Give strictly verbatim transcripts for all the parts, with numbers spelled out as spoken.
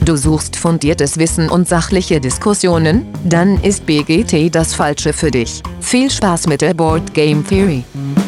Du suchst fundiertes Wissen und sachliche Diskussionen? Dann ist B G T das Falsche für dich. Viel Spaß mit der Board Game Theory.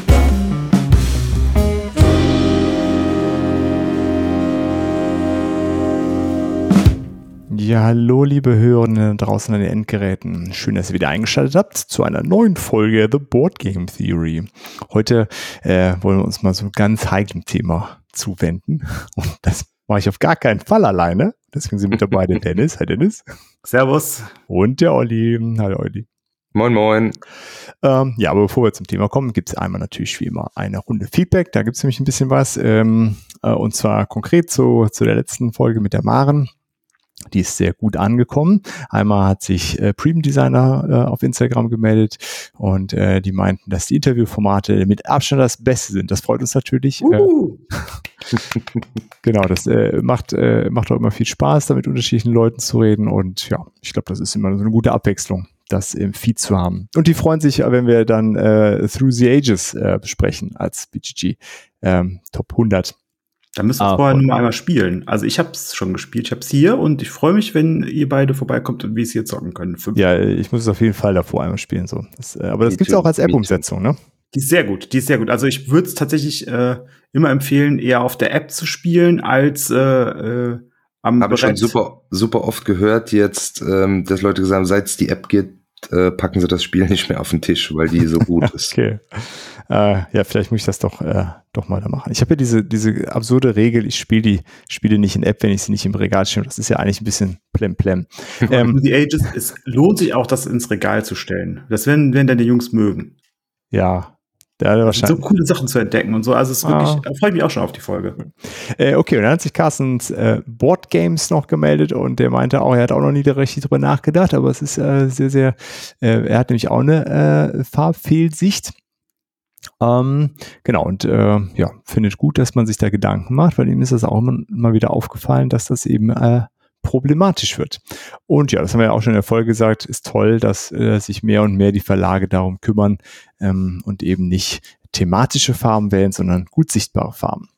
Ja, hallo liebe Hörerinnen draußen an den Endgeräten. Schön, dass ihr wieder eingeschaltet habt zu einer neuen Folge The Board Game Theory. Heute äh, wollen wir uns mal so ganz heiklem Thema zuwenden. Und das mache ich auf gar keinen Fall alleine. Deswegen sind mit dabei der Dennis. Hi Dennis. Servus. Und der Olli. Hallo Olli. Moin, moin. Ähm, ja, aber bevor wir zum Thema kommen, gibt es einmal natürlich wie immer eine Runde Feedback. Da gibt es nämlich ein bisschen was. Ähm, äh, und zwar konkret zu, zu der letzten Folge mit der Maren. Die ist sehr gut angekommen. Einmal hat sich äh, Prem Designer äh, auf Instagram gemeldet und äh, die meinten, dass die Interviewformate mit Abstand das Beste sind. Das freut uns natürlich. Uh. Äh, genau, das äh, macht äh, macht auch immer viel Spaß, da mit unterschiedlichen Leuten zu reden und ja, ich glaube, das ist immer so eine gute Abwechslung, das im Feed zu haben. Und die freuen sich, wenn wir dann äh, Through the Ages äh, besprechen als B G G ähm, Top hundert. Da müssen wir ah, vorher nur mal einmal spielen. Also ich habe es schon gespielt, ich habe es hier und ich freue mich, wenn ihr beide vorbeikommt und wir es hier zocken können. Ja, ich muss es auf jeden Fall davor einmal spielen. So. Das, äh, aber das gibt es auch als App-Umsetzung, ne? Die ist sehr gut, die ist sehr gut. Also ich würde es tatsächlich äh, immer empfehlen, eher auf der App zu spielen, als äh, äh, am Habe ich schon super, super oft gehört jetzt, ähm, dass Leute gesagt haben, seit es die App gibt, äh, packen sie das Spiel nicht mehr auf den Tisch, weil die so gut ist. Okay. Äh, ja, vielleicht muss ich das doch, äh, doch mal da machen. Ich habe ja diese, diese absurde Regel, ich spiele die Spiele nicht in App, wenn ich sie nicht im Regal stehe. Das ist ja eigentlich ein bisschen plem-plem. Ähm, die Ages, es lohnt sich auch, das ins Regal zu stellen. Das werden, werden dann die Jungs mögen. Ja. Ja, wahrscheinlich. So coole Sachen zu entdecken und so. Also es ist wirklich, ah. da freue ich mich auch schon auf die Folge. Äh, okay, und dann hat sich Carstens äh, Board Games noch gemeldet und der meinte auch, er hat auch noch nie da richtig drüber nachgedacht, aber es ist äh, sehr, sehr, äh, er hat nämlich auch eine äh, Farbfehlsicht. Ähm, genau, und äh, ja, findet gut, dass man sich da Gedanken macht, weil ihm ist das auch immer, immer wieder aufgefallen, dass das eben äh, problematisch wird. Und ja, das haben wir ja auch schon in der Folge gesagt, ist toll, dass äh, sich mehr und mehr die Verlage darum kümmern ähm, und eben nicht thematische Farben wählen, sondern gut sichtbare Farben.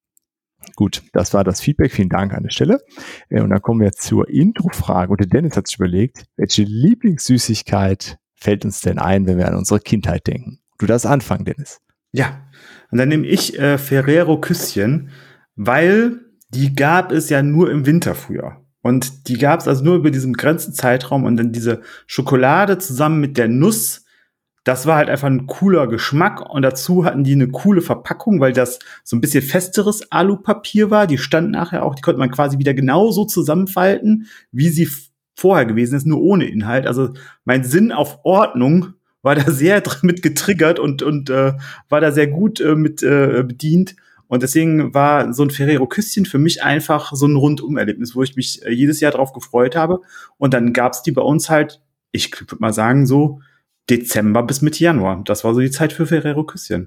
Gut, das war das Feedback. Vielen Dank an der Stelle. Äh, und dann kommen wir jetzt zur Intro-Frage. Und der Dennis hat sich überlegt, welche Lieblingssüßigkeit fällt uns denn ein, wenn wir an unsere Kindheit denken? Du darfst anfangen, Dennis. Ja, und dann nehme ich äh, Ferrero Küsschen, weil die gab es ja nur im Winter früher. Und die gab es also nur über diesen begrenzten Zeitraum und dann diese Schokolade zusammen mit der Nuss, das war halt einfach ein cooler Geschmack und dazu hatten die eine coole Verpackung, weil das so ein bisschen festeres Alupapier war, die stand nachher auch, die konnte man quasi wieder genauso zusammenfalten, wie sie f- vorher gewesen ist, nur ohne Inhalt. Also mein Sinn auf Ordnung war da sehr mit getriggert und und äh, war da sehr gut äh, mit äh, bedient. Und deswegen war so ein Ferrero-Küsschen für mich einfach so ein Rundum-Erlebnis, wo ich mich äh, jedes Jahr drauf gefreut habe. Und dann gab's die bei uns halt, ich würde mal sagen, so Dezember bis Mitte Januar. Das war so die Zeit für Ferrero-Küsschen.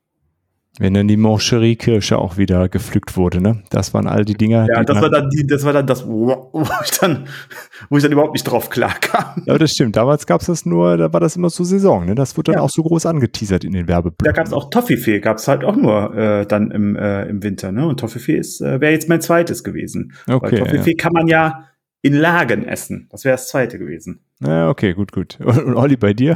Wenn dann die Moncherie-Kirsche auch wieder gepflückt wurde, ne? Das waren all die Dinger. Ja, die das war dann die, das war dann das, wo ich dann, wo ich dann überhaupt nicht drauf klarkam. Ja, das stimmt. Damals gab's das nur, da war das immer zur Saison, ne? Das wurde dann ja auch so groß angeteasert in den Werbeblöcken. Da gab's auch Toffifee, gab's halt auch nur äh, dann im äh, im Winter, ne? Und Toffifee ist äh, wäre jetzt mein zweites gewesen. Okay. Weil Toffifee ja. kann man ja in Lagen essen. Das wäre das zweite gewesen. Ja, okay, gut, gut. Und, und Olli, bei dir?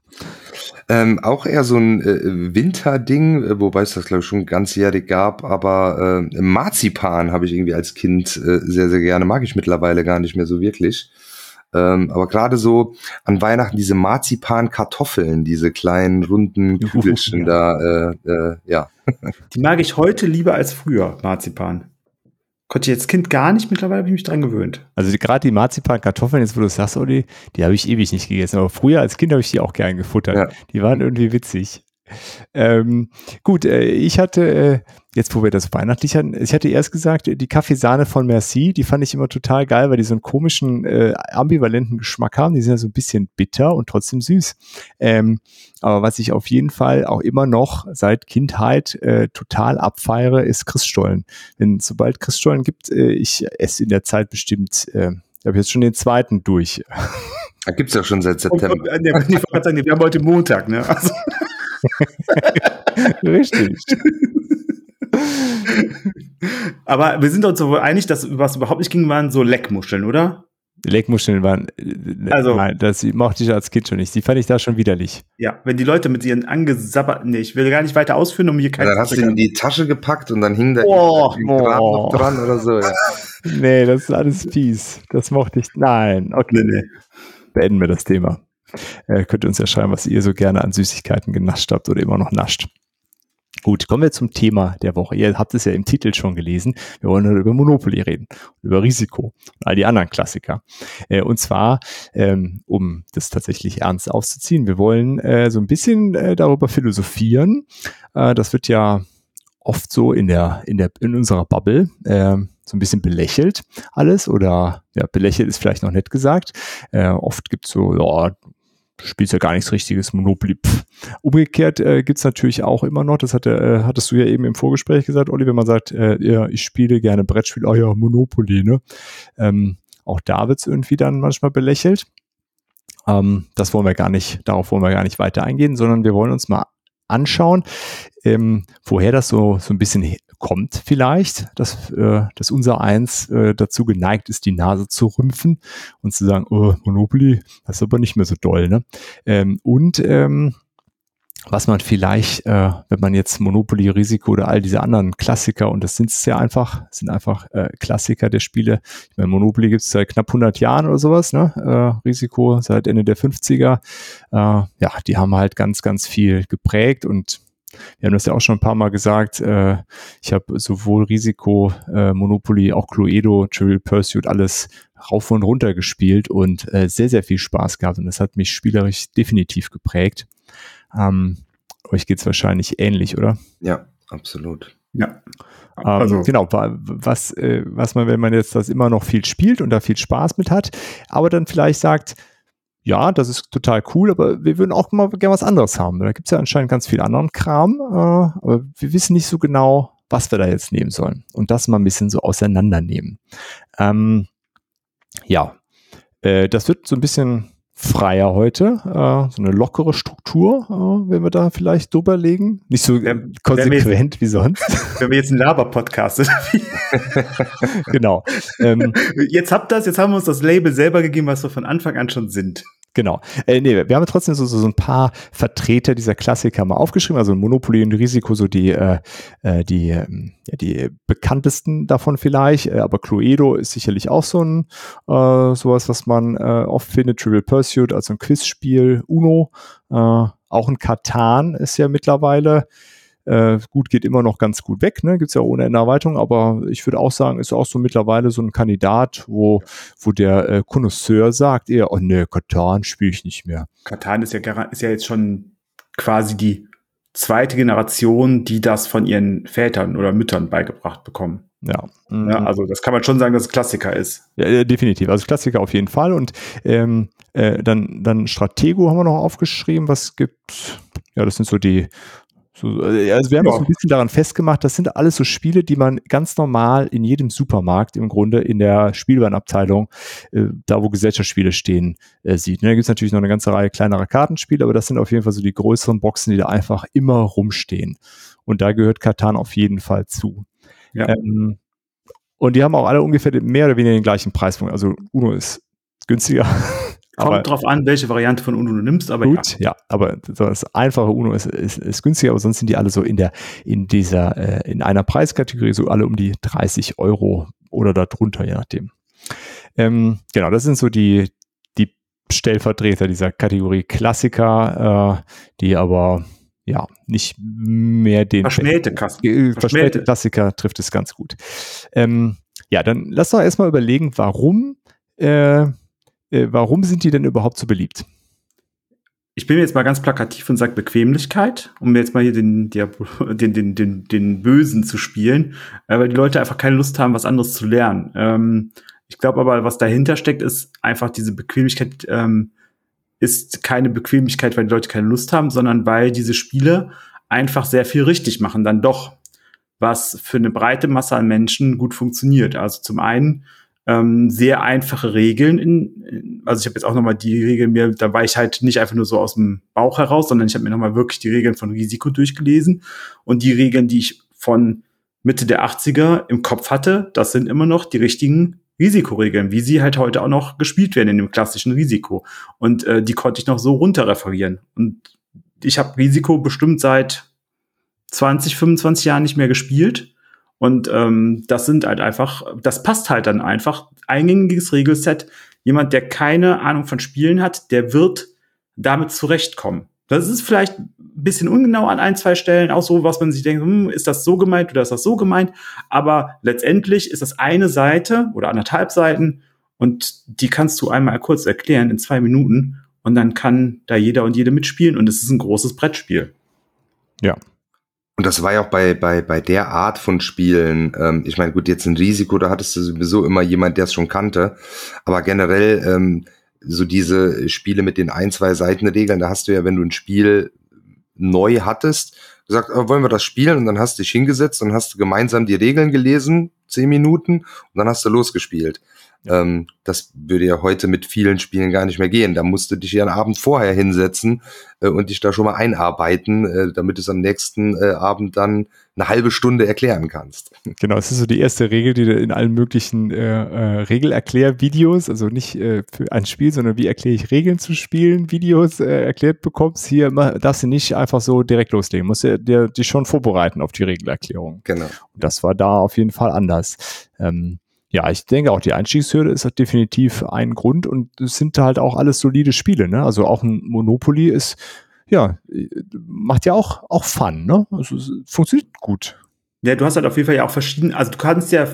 Ähm, auch eher so ein äh, Winterding, wobei es das, glaube ich, schon ganzjährig gab, aber äh, Marzipan habe ich irgendwie als Kind äh, sehr, sehr gerne, mag ich mittlerweile gar nicht mehr so wirklich. Ähm, aber gerade so an Weihnachten diese Marzipan-Kartoffeln, diese kleinen, runden Kügelchen da, äh, äh, ja. Die mag ich heute lieber als früher, Marzipan. Konnte ich als Kind gar nicht, mittlerweile habe ich mich dran gewöhnt. Also gerade die Marzipan-Kartoffeln, jetzt wo du es sagst, Olli, die habe ich ewig nicht gegessen. Aber früher als Kind habe ich die auch gern gefuttert. Ja. Die waren irgendwie witzig. Ähm, gut, äh, ich hatte, äh, jetzt wo wir das weihnachtlich hatten, ich hatte erst gesagt, die Kaffeesahne von Merci, die fand ich immer total geil, weil die so einen komischen, äh, ambivalenten Geschmack haben. Die sind ja so ein bisschen bitter und trotzdem süß. Ähm, aber was ich auf jeden Fall auch immer noch seit Kindheit äh, total abfeiere, ist Christstollen. Denn sobald Christstollen gibt, äh, ich esse in der Zeit bestimmt, äh, ich habe jetzt schon den zweiten durch. Da gibt's ja schon seit September. Und, und, ich wollte gerade sagen, wir haben heute Montag, ne? Also. Richtig. Aber wir sind uns so einig, dass was überhaupt nicht ging, waren so Leckmuscheln, oder? Leckmuscheln waren, äh, Also- nein, das mochte ich als Kind schon nicht. Die fand ich da schon widerlich. Ja, wenn die Leute mit ihren angesabberten, nee, ich will gar nicht weiter ausführen, um hier Und keinen dann hast du ihn in die Tasche gepackt und dann hing da Oh, ein Draht oh. noch dran oder so. Ja. Nee, das ist alles fies. Das mochte ich. Nein, okay. Nee, nee. Beenden wir das Thema. Äh, könnt ihr uns ja schreiben, was ihr so gerne an Süßigkeiten genascht habt oder immer noch nascht. Gut, kommen wir zum Thema der Woche. Ihr habt es ja im Titel schon gelesen. Wir wollen heute über Monopoly reden, über Risiko und all die anderen Klassiker. Äh, und zwar, ähm, um das tatsächlich ernst aufzuziehen, wir wollen äh, so ein bisschen äh, darüber philosophieren. Äh, das wird ja oft so in der in der in unserer Bubble äh, so ein bisschen belächelt alles oder ja, belächelt ist vielleicht noch nett gesagt. Äh, oft gibt's so, ja, du spielst ja gar nichts Richtiges, Monopoly. Pff. Umgekehrt äh, gibt's natürlich auch immer noch, das hatte, äh, hattest du ja eben im Vorgespräch gesagt, Olli, wenn man sagt, äh, ja, ich spiele gerne Brettspiel, ah ja, Monopoly, ne? Ähm, auch da wird's irgendwie dann manchmal belächelt. Ähm, das wollen wir gar nicht, darauf wollen wir gar nicht weiter eingehen, sondern wir wollen uns mal anschauen, ähm, woher das so, so ein bisschen kommt vielleicht, dass, äh, dass unser Eins äh, dazu geneigt ist, die Nase zu rümpfen und zu sagen, oh, Monopoly, das ist aber nicht mehr so doll, ne? Ähm, und ähm, was man vielleicht, äh, wenn man jetzt Monopoly, Risiko oder all diese anderen Klassiker, und das sind es ja einfach, sind einfach äh, Klassiker der Spiele. Ich meine, Monopoly gibt es seit knapp hundert Jahren oder sowas, ne? Äh, Risiko seit Ende der fünfziger. Äh, ja, die haben halt ganz, ganz viel geprägt und wir haben das ja auch schon ein paar Mal gesagt. Äh, ich habe sowohl Risiko, äh, Monopoly, auch Cluedo, Trivial Pursuit, alles rauf und runter gespielt und äh, sehr, sehr viel Spaß gehabt. Und das hat mich spielerisch definitiv geprägt. Ähm, euch geht's wahrscheinlich ähnlich, oder? Ja, absolut. Ja. Ähm, Also, genau, wa- was, äh, was man, wenn man jetzt das immer noch viel spielt und da viel Spaß mit hat, aber dann vielleicht sagt, ja, das ist total cool, aber wir würden auch mal gerne was anderes haben. Da gibt's ja anscheinend ganz viel anderen Kram, äh, aber wir wissen nicht so genau, was wir da jetzt nehmen sollen. Und das mal ein bisschen so auseinandernehmen. Ähm, ja, äh, das wird so ein bisschen freier heute, äh, so eine lockere Struktur, äh, wenn wir da vielleicht drüber legen. Nicht so Ja, konsequent wie sonst. wenn wir jetzt ein Laber-Podcast sind. Genau. Ähm, Jetzt habt das, jetzt haben wir uns das Label selber gegeben, was wir von Anfang an schon sind. Genau. Äh, nee, wir haben trotzdem so, so, so ein paar Vertreter dieser Klassiker mal aufgeschrieben, also Monopoly und Risiko, so die, äh, die, ähm, ja, die bekanntesten davon vielleicht, äh, aber Cluedo ist sicherlich auch so ein, äh, sowas, was man äh, oft findet, Trivial Pursuit, also ein Quizspiel, Uno, äh, auch ein Catan ist ja mittlerweile, Äh, gut, geht immer noch ganz gut weg, ne? Gibt's ja ohne Ende Erweiterung, aber ich würde auch sagen, ist auch so mittlerweile so ein Kandidat, wo, wo der äh, Connoisseur sagt eher, oh ne, Catan spiele ich nicht mehr. Catan ist ja, gar- ist ja jetzt schon quasi die zweite Generation, die das von ihren Vätern oder Müttern beigebracht bekommen. Ja. Ja, also das kann man schon sagen, dass es Klassiker ist. Ja, ja, definitiv. Also Klassiker auf jeden Fall. Und ähm, äh, dann, dann Stratego haben wir noch aufgeschrieben. Was gibt's? Ja, das sind so die so, also wir haben Ja. uns ein bisschen daran festgemacht, das sind alles so Spiele, die man ganz normal in jedem Supermarkt im Grunde in der Spielwarenabteilung, äh, da wo Gesellschaftsspiele stehen, äh, sieht. Ne, da gibt es natürlich noch eine ganze Reihe kleinerer Kartenspiele, aber das sind auf jeden Fall so die größeren Boxen, die da einfach immer rumstehen. Und da gehört Catan auf jeden Fall zu. Ja. Ähm, und die haben auch alle ungefähr den, mehr oder weniger den gleichen Preispunkt. Also Uno ist günstiger. Kommt aber drauf an, welche Variante von Uno du nimmst, aber gut, ja. ja, aber so das einfache Uno ist, ist, ist günstiger, aber sonst sind die alle so in der, in dieser, äh, in einer Preiskategorie so alle um die dreißig Euro oder darunter, je nachdem. Ähm, genau, das sind so die, die Stellvertreter dieser Kategorie Klassiker, äh, die aber ja nicht mehr den Verschmähte Kassen. Äh, Verschmähte Verschmähte. Klassiker trifft es ganz gut. Ähm, ja, dann lass doch erstmal überlegen, warum äh, äh, warum sind die denn überhaupt so beliebt? Ich bin jetzt mal ganz plakativ und sage Bequemlichkeit, um jetzt mal hier den, Diabol- den, den, den, den Bösen zu spielen, äh, weil die Leute einfach keine Lust haben, was anderes zu lernen. Ähm, ich glaube aber, was dahinter steckt, ist einfach diese Bequemlichkeit, ähm, ist keine Bequemlichkeit, weil die Leute keine Lust haben, sondern weil diese Spiele einfach sehr viel richtig machen, dann doch, was für eine breite Masse an Menschen gut funktioniert. Also zum einen ähm, sehr einfache Regeln. In, in, also ich habe jetzt auch nochmal die Regeln mir, da war ich halt nicht einfach nur so aus dem Bauch heraus, sondern ich habe mir nochmal wirklich die Regeln von Risiko durchgelesen und die Regeln, die ich von Mitte der achtziger im Kopf hatte, das sind immer noch die richtigen Risikoregeln, wie sie halt heute auch noch gespielt werden in dem klassischen Risiko. Und äh, die konnte ich noch so runterreferieren. Und ich habe Risiko bestimmt seit zwanzig, fünfundzwanzig Jahren nicht mehr gespielt. Und ähm, das sind halt einfach, das passt halt dann einfach. Eingängiges Regelset. Jemand, der keine Ahnung von Spielen hat, der wird damit zurechtkommen. Das ist vielleicht ein bisschen ungenau an ein, zwei Stellen, auch so, was man sich denkt, hm, ist das so gemeint oder ist das so gemeint? Aber letztendlich ist das eine Seite oder anderthalb Seiten und die kannst du einmal kurz erklären in zwei Minuten und dann kann da jeder und jede mitspielen und es ist ein großes Brettspiel. Ja. Und das war ja auch bei bei bei der Art von Spielen, ähm, ich meine, gut, jetzt ein Risiko, da hattest du sowieso immer jemand, der es schon kannte, aber generell ähm, so diese Spiele mit den ein, zwei Seitenregeln, da hast du ja, wenn du ein Spiel neu hattest, gesagt, oh, wollen wir das spielen? Und dann hast du dich hingesetzt und hast du gemeinsam die Regeln gelesen, zehn Minuten, und dann hast du losgespielt. Ja. Ähm, das würde ja heute mit vielen Spielen gar nicht mehr gehen. Da musst du dich ja einen Abend vorher hinsetzen äh, und dich da schon mal einarbeiten, äh, damit du es am nächsten äh, Abend dann eine halbe Stunde erklären kannst. Genau, es ist so die erste Regel, die du in allen möglichen äh, äh, Regelerklärvideos, also nicht äh, für ein Spiel, sondern wie erkläre ich Regeln zu spielen, Videos äh, erklärt bekommst. Hier immer, darfst du nicht einfach so direkt loslegen, musst du dir dich schon vorbereiten auf die Regelerklärung. Genau. Und das war da auf jeden Fall anders. Ähm, Ja, ich denke auch, die Einstiegshürde ist halt definitiv ein Grund und es sind halt auch alles solide Spiele, ne? Also auch ein Monopoly ist, ja, macht ja auch, auch Fun, ne? Also es funktioniert gut. Ja, du hast halt auf jeden Fall ja auch verschiedene, also du kannst ja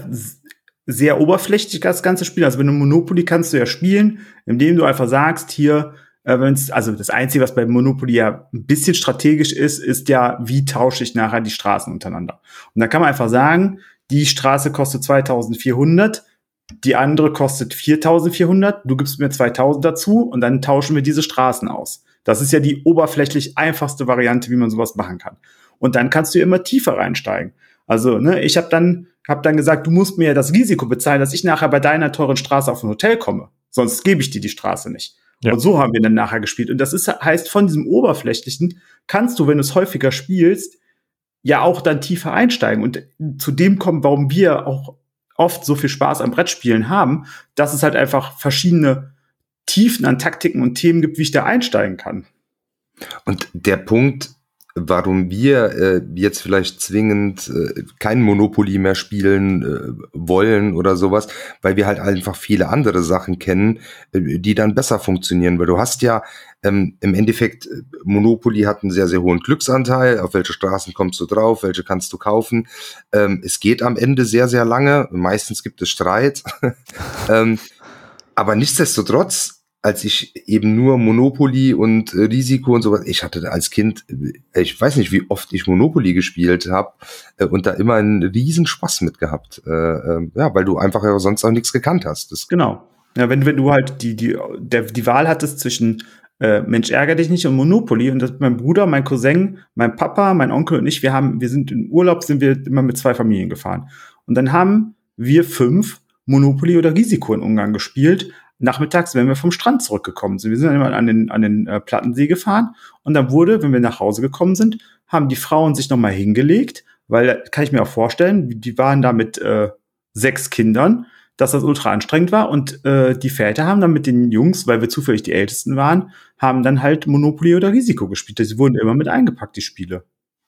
sehr oberflächlich das ganze Spiel, also wenn du Monopoly kannst du ja spielen, indem du einfach sagst, hier, äh, wenn's, also das Einzige, was bei Monopoly ja ein bisschen strategisch ist, ist ja, wie tausche ich nachher die Straßen untereinander. Und da kann man einfach sagen, die Straße kostet zweitausendvierhundert, die andere kostet viertausendvierhundert, du gibst mir zweitausend dazu und dann tauschen wir diese Straßen aus. Das ist ja die oberflächlich einfachste Variante, wie man sowas machen kann. Und dann kannst du immer tiefer reinsteigen. Also, ne, ich habe dann, hab dann gesagt, du musst mir ja das Risiko bezahlen, dass ich nachher bei deiner teuren Straße auf ein Hotel komme. Sonst gebe ich dir die Straße nicht. Ja. Und so haben wir dann nachher gespielt. Und das ist, heißt, von diesem Oberflächlichen kannst du, wenn du es häufiger spielst, ja auch dann tiefer einsteigen und zu dem kommen, warum wir auch oft so viel Spaß am Brettspielen haben, dass es halt einfach verschiedene Tiefen an Taktiken und Themen gibt, wie ich da einsteigen kann. Und der Punkt, warum wir äh, jetzt vielleicht zwingend äh, kein Monopoly mehr spielen äh, wollen oder sowas, weil wir halt einfach viele andere Sachen kennen, äh, die dann besser funktionieren, weil du hast ja ähm, im Endeffekt, Monopoly hat einen sehr, sehr hohen Glücksanteil, auf welche Straßen kommst du drauf, welche kannst du kaufen, ähm, es geht am Ende sehr, sehr lange, meistens gibt es Streit, ähm, aber nichtsdestotrotz, als ich eben nur Monopoly und äh, Risiko und sowas, ich hatte als Kind, äh, ich weiß nicht, wie oft ich Monopoly gespielt habe äh, und da immer einen riesen Spaß mit gehabt. Äh, äh, ja, weil du einfach ja sonst auch nichts gekannt hast. Das genau. Ja, wenn, wenn du halt die, die, der, die Wahl hattest zwischen äh, Mensch, ärger dich nicht und Monopoly und das, mein Bruder, mein Cousin, mein Papa, mein Onkel und ich, wir haben, wir sind im Urlaub, sind wir immer mit zwei Familien gefahren. Und dann haben wir fünf Monopoly oder Risiko in Ungarn gespielt, nachmittags, wenn wir vom Strand zurückgekommen sind. Wir sind dann immer an den, an den äh, Plattensee gefahren und dann wurde, wenn wir nach Hause gekommen sind, haben die Frauen sich nochmal hingelegt, weil, kann ich mir auch vorstellen, die waren da mit äh, sechs Kindern, dass das ultra anstrengend war und äh, die Väter haben dann mit den Jungs, weil wir zufällig die Ältesten waren, haben dann halt Monopoly oder Risiko gespielt. Sie wurden immer mit eingepackt, die Spiele.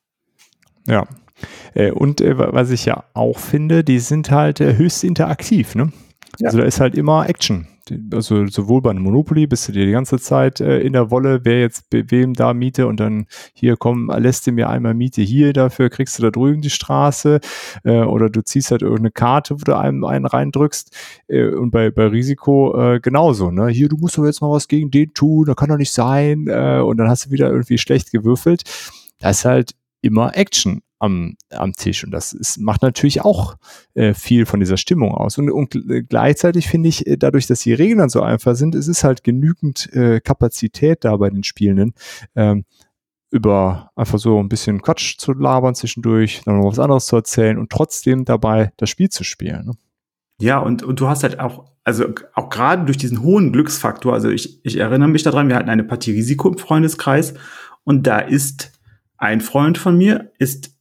Ja. Äh, und äh, was ich ja auch finde, die sind halt äh, höchst interaktiv, ne? Ja. Also da ist halt immer Action. Also sowohl bei einem Monopoly bist du dir die ganze Zeit äh, in der Wolle, wer jetzt bei wem da Miete und dann hier komm, lässt du mir einmal Miete hier, dafür kriegst du da drüben die Straße äh, oder du ziehst halt irgendeine Karte, wo du einem einen reindrückst äh, und bei, bei Risiko äh, genauso, ne? Hier, du musst doch jetzt mal was gegen den tun, das kann doch nicht sein äh, und dann hast du wieder irgendwie schlecht gewürfelt. Da ist halt immer Action am, am Tisch und das ist, macht natürlich auch äh, viel von dieser Stimmung aus und, und gleichzeitig finde ich, dadurch, dass die Regeln dann so einfach sind, es ist halt genügend äh, Kapazität da bei den Spielenden, ähm, über einfach so ein bisschen Quatsch zu labern zwischendurch, dann noch was anderes zu erzählen und trotzdem dabei das Spiel zu spielen, ne? Ja, und, und du hast halt auch, also auch gerade durch diesen hohen Glücksfaktor, also ich, ich erinnere mich daran, wir hatten eine Partie Risiko im Freundeskreis und da ist ein Freund von mir, ist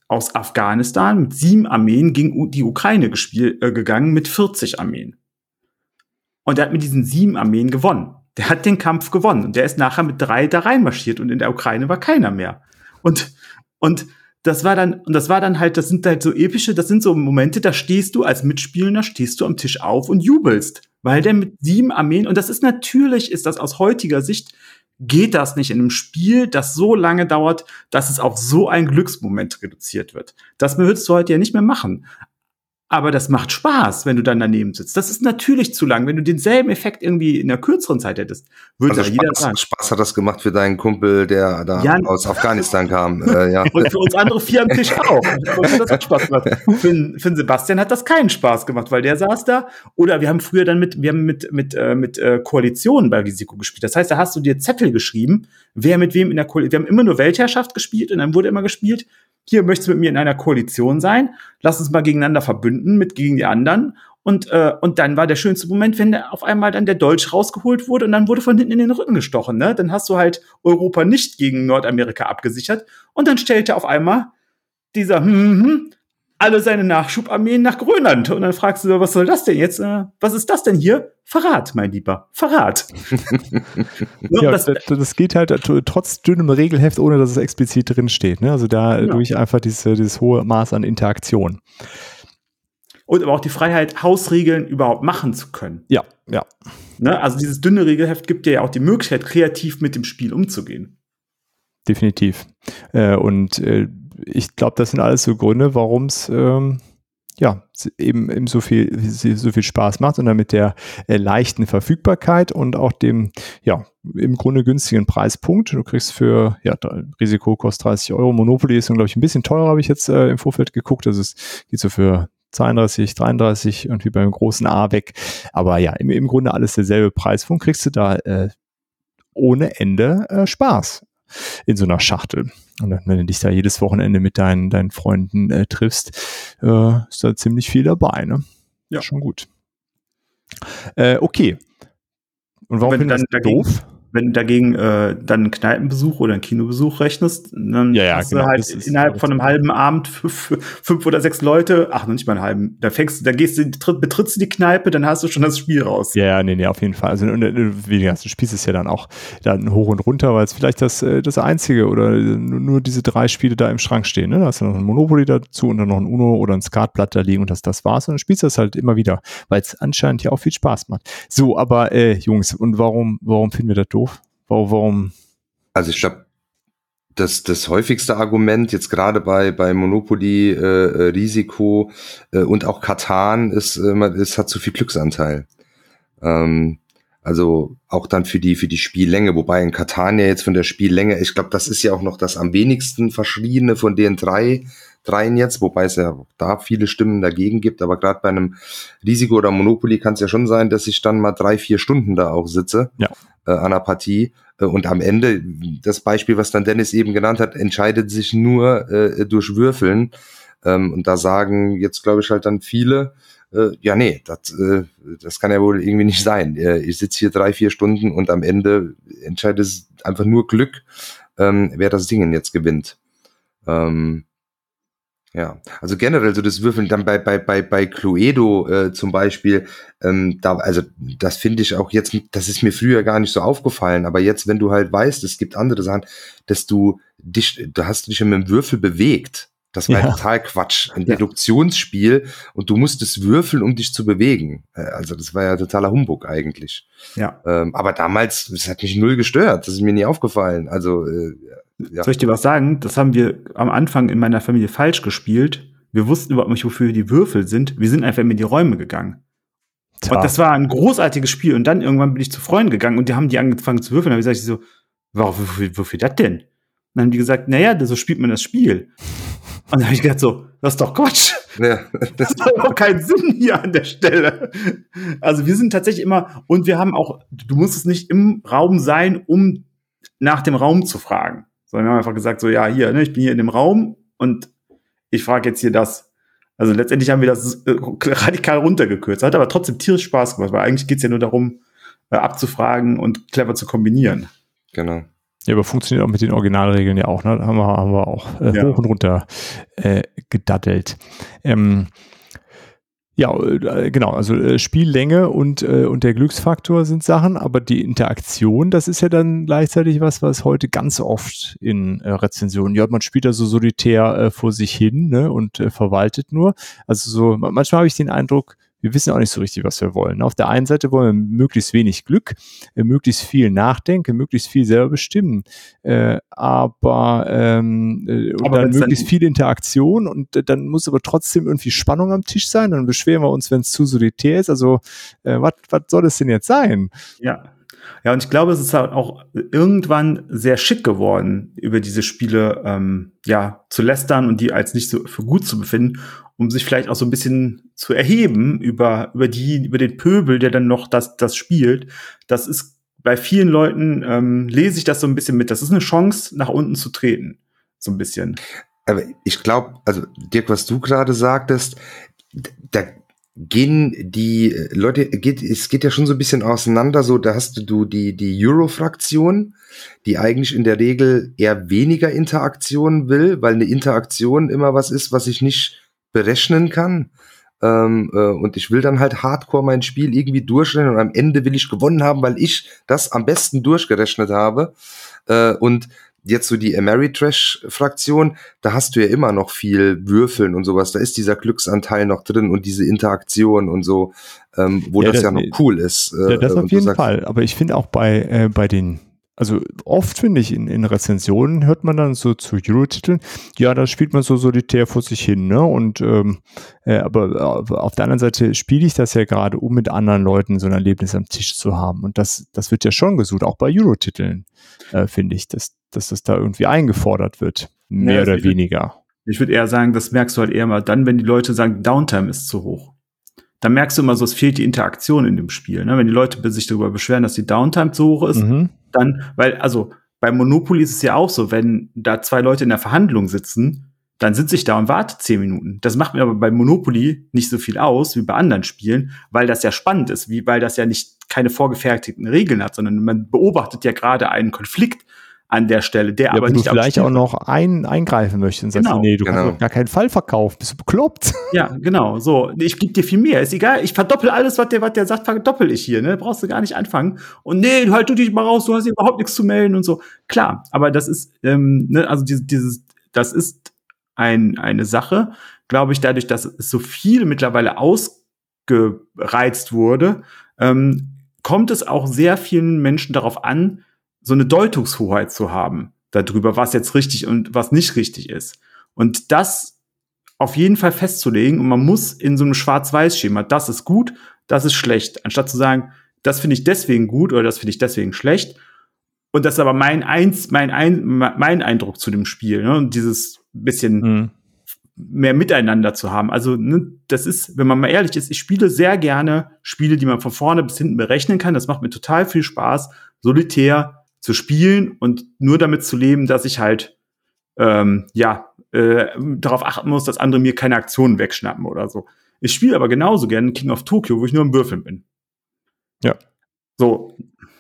aus Afghanistan mit sieben Armeen gegen die Ukraine gespielt, äh, gegangen mit vierzig Armeen. Und er hat mit diesen sieben Armeen gewonnen. Der hat den Kampf gewonnen. Und der ist nachher mit drei da reinmarschiert und in der Ukraine war keiner mehr. Und, und das war dann, und das war dann halt, das sind halt so epische, das sind so Momente, da stehst du als Mitspielender, stehst du am Tisch auf und jubelst. Weil der mit sieben Armeen, und das ist natürlich, ist das aus heutiger Sicht, geht das nicht in einem Spiel, das so lange dauert, dass es auf so ein Glücksmoment reduziert wird. Das würdest du heute ja nicht mehr machen. Aber das macht Spaß, wenn du dann daneben sitzt. Das ist natürlich zu lang. Wenn du denselben Effekt irgendwie in einer kürzeren Zeit hättest, würde also ja jeder Spaß, sagen. Spaß hat das gemacht für deinen Kumpel, der da ja, aus Afghanistan kam. Äh, ja. Und für uns andere vier am Tisch auch. Das hat Spaß gemacht. Für, für Sebastian hat das keinen Spaß gemacht, weil der saß da. Oder wir haben früher dann mit, wir haben mit, mit, äh, mit äh, Koalitionen bei Risiko gespielt. Das heißt, da hast du dir Zettel geschrieben, wer mit wem in der Koalition. Wir haben immer nur Weltherrschaft gespielt und dann wurde immer gespielt, hier möchtest du mit mir in einer Koalition sein, lass uns mal gegeneinander verbünden mit gegen die anderen. Und, äh, und dann war der schönste Moment, wenn der auf einmal dann der Dolch rausgeholt wurde und dann wurde von hinten in den Rücken gestochen. Ne? Dann hast du halt Europa nicht gegen Nordamerika abgesichert und dann stellte auf einmal dieser hm, hm, alle seine Nachschubarmeen nach Grönland. Und dann fragst du so, was soll das denn jetzt? Äh, was ist das denn hier? Verrat, mein Lieber. Verrat. Ja, das, das geht halt trotz dünnem Regelheft, ohne dass es explizit drin steht. Ne? Also da ja. durch einfach diese, dieses hohe Maß an Interaktion. Und aber auch die Freiheit, Hausregeln überhaupt machen zu können. Ja, ja. Ne? Also dieses dünne Regelheft gibt dir ja auch die Möglichkeit, kreativ mit dem Spiel umzugehen. Definitiv. Äh, und äh, ich glaube, das sind alles so Gründe, warum es ähm, ja eben, eben so viel so viel Spaß macht und dann mit der äh, leichten Verfügbarkeit und auch dem ja im Grunde günstigen Preispunkt. Du kriegst für ja Risiko kostet dreißig Euro. Monopoly ist, glaube ich, ein bisschen teurer, habe ich jetzt äh, im Vorfeld geguckt. Also es geht so für zweiunddreißig, dreiunddreißig irgendwie beim großen A weg. Aber ja, im, im Grunde alles derselbe Preispunkt. Kriegst du da äh, ohne Ende äh, Spaß in so einer Schachtel. Und wenn du dich da jedes Wochenende mit deinen, deinen Freunden äh, triffst, äh, ist da ziemlich viel dabei, ne? Ja. Schon gut. Äh, okay. Und warum findest du das doof? Wenn du dagegen äh, dann einen Kneipenbesuch oder einen Kinobesuch rechnest, dann ja, ja, hast genau, du halt innerhalb von einem halben Abend fünf, fünf oder sechs Leute, ach, noch nicht mal einen halben, da fängst du, da gehst du, betrittst du die Kneipe, dann hast du schon das Spiel raus. Ja, ja, nee, nee, auf jeden Fall. Also wie gesagt, du spielst es ja dann auch dann hoch und runter, weil es vielleicht das, das einzige oder nur diese drei Spiele da im Schrank stehen. Ne? Da hast du noch ein Monopoly dazu und dann noch ein Uno oder ein Skatblatt da liegen und das, das war's. Und dann spielst du das halt immer wieder, weil es anscheinend ja auch viel Spaß macht. So, aber äh, Jungs, und warum, warum finden wir das doof? Warum? Also ich glaube, das, das häufigste Argument jetzt gerade bei, bei Monopoly, äh, Risiko äh, und auch Katan ist, äh, es hat zu viel Glücksanteil. Ähm, also auch dann für die für die Spiellänge, wobei in Katan ja jetzt von der Spiellänge, ich glaube, das ist ja auch noch das am wenigsten verschriebene von den drei dreien jetzt, wobei es ja da viele Stimmen dagegen gibt, aber gerade bei einem Risiko oder Monopoly kann es ja schon sein, dass ich dann mal drei, vier Stunden da auch sitze. Ja. Äh, an der Partie äh, und am Ende, das Beispiel, was dann Dennis eben genannt hat, entscheidet sich nur äh, durch Würfeln ähm, und da sagen jetzt, glaube ich, halt dann viele, äh, ja nee, das, äh, das kann ja wohl irgendwie nicht sein. Äh, ich sitze hier drei, vier Stunden und am Ende entscheidet es einfach nur Glück, ähm, wer das Ding jetzt gewinnt. Ähm, Ja, also generell so das Würfeln dann bei bei bei bei Cluedo äh, zum Beispiel, ähm, da also das finde ich auch jetzt, das ist mir früher gar nicht so aufgefallen, aber jetzt, wenn du halt weißt, es gibt andere Sachen, dass du dich, da hast du dich ja mit dem Würfel bewegt. Das war ja total Quatsch, ein ja. Deduktionsspiel und du musstest würfeln, um dich zu bewegen. Also das war ja totaler Humbug eigentlich. Ja. Ähm, aber damals, das hat mich null gestört, das ist mir nie aufgefallen. Also äh, ja. Soll ich dir was sagen? Das haben wir am Anfang in meiner Familie falsch gespielt. Wir wussten überhaupt nicht, wofür die Würfel sind. Wir sind einfach in die Räume gegangen. Tja. Und das war ein großartiges Spiel. Und dann irgendwann bin ich zu Freunden gegangen und die haben die angefangen zu würfeln. Da habe ich gesagt, so, warum, wofür, wofür das denn? Und dann haben die gesagt, naja, so spielt man das Spiel. Und dann habe ich gedacht so, das ist doch Quatsch. Ja. Das hat doch keinen Sinn hier an der Stelle. Also wir sind tatsächlich immer, und wir haben auch, du musst es nicht im Raum sein, um nach dem Raum zu fragen. Sondern wir haben einfach gesagt, so, ja, hier, ne, ich bin hier in dem Raum und ich frage jetzt hier das. Also letztendlich haben wir das äh, radikal runtergekürzt. Hat aber trotzdem tierisch Spaß gemacht, weil eigentlich geht's ja nur darum, äh, abzufragen und clever zu kombinieren. Genau. Ja, aber funktioniert auch mit den Originalregeln ja auch, ne? Da haben wir, haben wir auch äh, Ja. hoch und runter äh, gedaddelt. Ähm, ja, äh, genau, also äh, Spiellänge und, äh, und der Glücksfaktor sind Sachen, aber die Interaktion, das ist ja dann gleichzeitig was, was heute ganz oft in äh, Rezensionen, ja, man spielt da so solitär äh, vor sich hin, ne, und äh, verwaltet nur. Also so, manchmal habe ich den Eindruck, wir wissen auch nicht so richtig, was wir wollen. Auf der einen Seite wollen wir möglichst wenig Glück, äh, möglichst viel nachdenken, möglichst viel selber bestimmen, äh, aber, ähm, äh, und Aber dann wenn's möglichst dann- viel Interaktion und äh, dann muss aber trotzdem irgendwie Spannung am Tisch sein. Dann beschweren wir uns, wenn es zu solitär ist. Also, äh, was soll das denn jetzt sein? Ja. Ja, und ich glaube, es ist halt auch irgendwann sehr schick geworden, über diese Spiele ähm, ja zu lästern und die als nicht so für gut zu befinden, um sich vielleicht auch so ein bisschen zu erheben über über die über den Pöbel, der dann noch das das spielt. Das ist bei vielen Leuten ähm, lese ich das so ein bisschen mit. Das ist eine Chance, nach unten zu treten, so ein bisschen. Aber ich glaube, also Dirk, was du gerade sagtest, da gehen die Leute, geht, es geht ja schon so ein bisschen auseinander, so, da hast du die, die Euro-Fraktion, die eigentlich in der Regel eher weniger Interaktion will, weil eine Interaktion immer was ist, was ich nicht berechnen kann. Ähm, äh, und ich will dann halt hardcore mein Spiel irgendwie durchrechnen und am Ende will ich gewonnen haben, weil ich das am besten durchgerechnet habe. Äh, und jetzt so die Ameritrash-Fraktion, da hast du ja immer noch viel Würfeln und sowas. Da ist dieser Glücksanteil noch drin und diese Interaktion und so, ähm, wo Ja, das, das- ja noch cool ist. Äh, Ja, das und auf du jeden sagst, Fall. Aber ich finde auch bei, äh, bei den, also oft finde ich in, in Rezensionen hört man dann so zu Euro-Titeln, ja, da spielt man so solitär vor sich hin, ne? Und ähm, äh, aber aber auf der anderen Seite spiele ich das ja gerade, um mit anderen Leuten so ein Erlebnis am Tisch zu haben. Und das, das wird ja schon gesucht, auch bei Euro-Titeln, äh, finde ich, dass, dass das da irgendwie eingefordert wird. Mehr Ja, oder ich würd- weniger. Ich würde eher sagen, das merkst du halt eher mal dann, wenn die Leute sagen, Downtime ist zu hoch. Dann merkst du immer so, es fehlt die Interaktion in dem Spiel. Ne? Wenn die Leute sich darüber beschweren, dass die Downtime zu hoch ist, Mhm. dann, weil, also bei Monopoly ist es ja auch so, wenn da zwei Leute in der Verhandlung sitzen, dann sitze ich da und warte zehn Minuten. Das macht mir aber bei Monopoly nicht so viel aus wie bei anderen Spielen, weil das ja spannend ist, wie, weil das ja nicht keine vorgefertigten Regeln hat, sondern man beobachtet ja gerade einen Konflikt an der Stelle, der Ja, aber wo du nicht am vielleicht Spiel- auch noch ein, eingreifen möchtest und sagst, Genau. nee, du Genau. kannst auf gar keinen Fall verkaufen, bist du bekloppt? Ja, genau, so. Ich gebe dir viel mehr. Ist egal, ich verdoppel alles, was der, was der sagt, verdoppel ich hier, ne? Brauchst du gar nicht anfangen. Und nee, halt du dich mal raus, du hast hier überhaupt nichts zu melden und so. Klar, aber das ist, ähm, ne, also dieses, dieses, das ist ein, eine Sache, glaube ich, dadurch, dass es so viel mittlerweile ausgereizt wurde, ähm, kommt es auch sehr vielen Menschen darauf an, so eine Deutungshoheit zu haben darüber, was jetzt richtig und was nicht richtig ist. Und das auf jeden Fall festzulegen und man muss in so einem Schwarz-Weiß-Schema, das ist gut, das ist schlecht, anstatt zu sagen, das finde ich deswegen gut oder das finde ich deswegen schlecht und das ist aber mein eins, mein ein, mein Eindruck zu dem Spiel, ne? Und dieses bisschen Mhm. mehr Miteinander zu haben. Also ne, das ist, wenn man mal ehrlich ist, ich spiele sehr gerne Spiele, die man von vorne bis hinten berechnen kann. Das macht mir total viel Spaß, solitär zu spielen und nur damit zu leben, dass ich halt ähm, ja äh, darauf achten muss, dass andere mir keine Aktionen wegschnappen oder so. Ich spiele aber genauso gerne King of Tokyo, wo ich nur am Würfeln bin. Ja. So.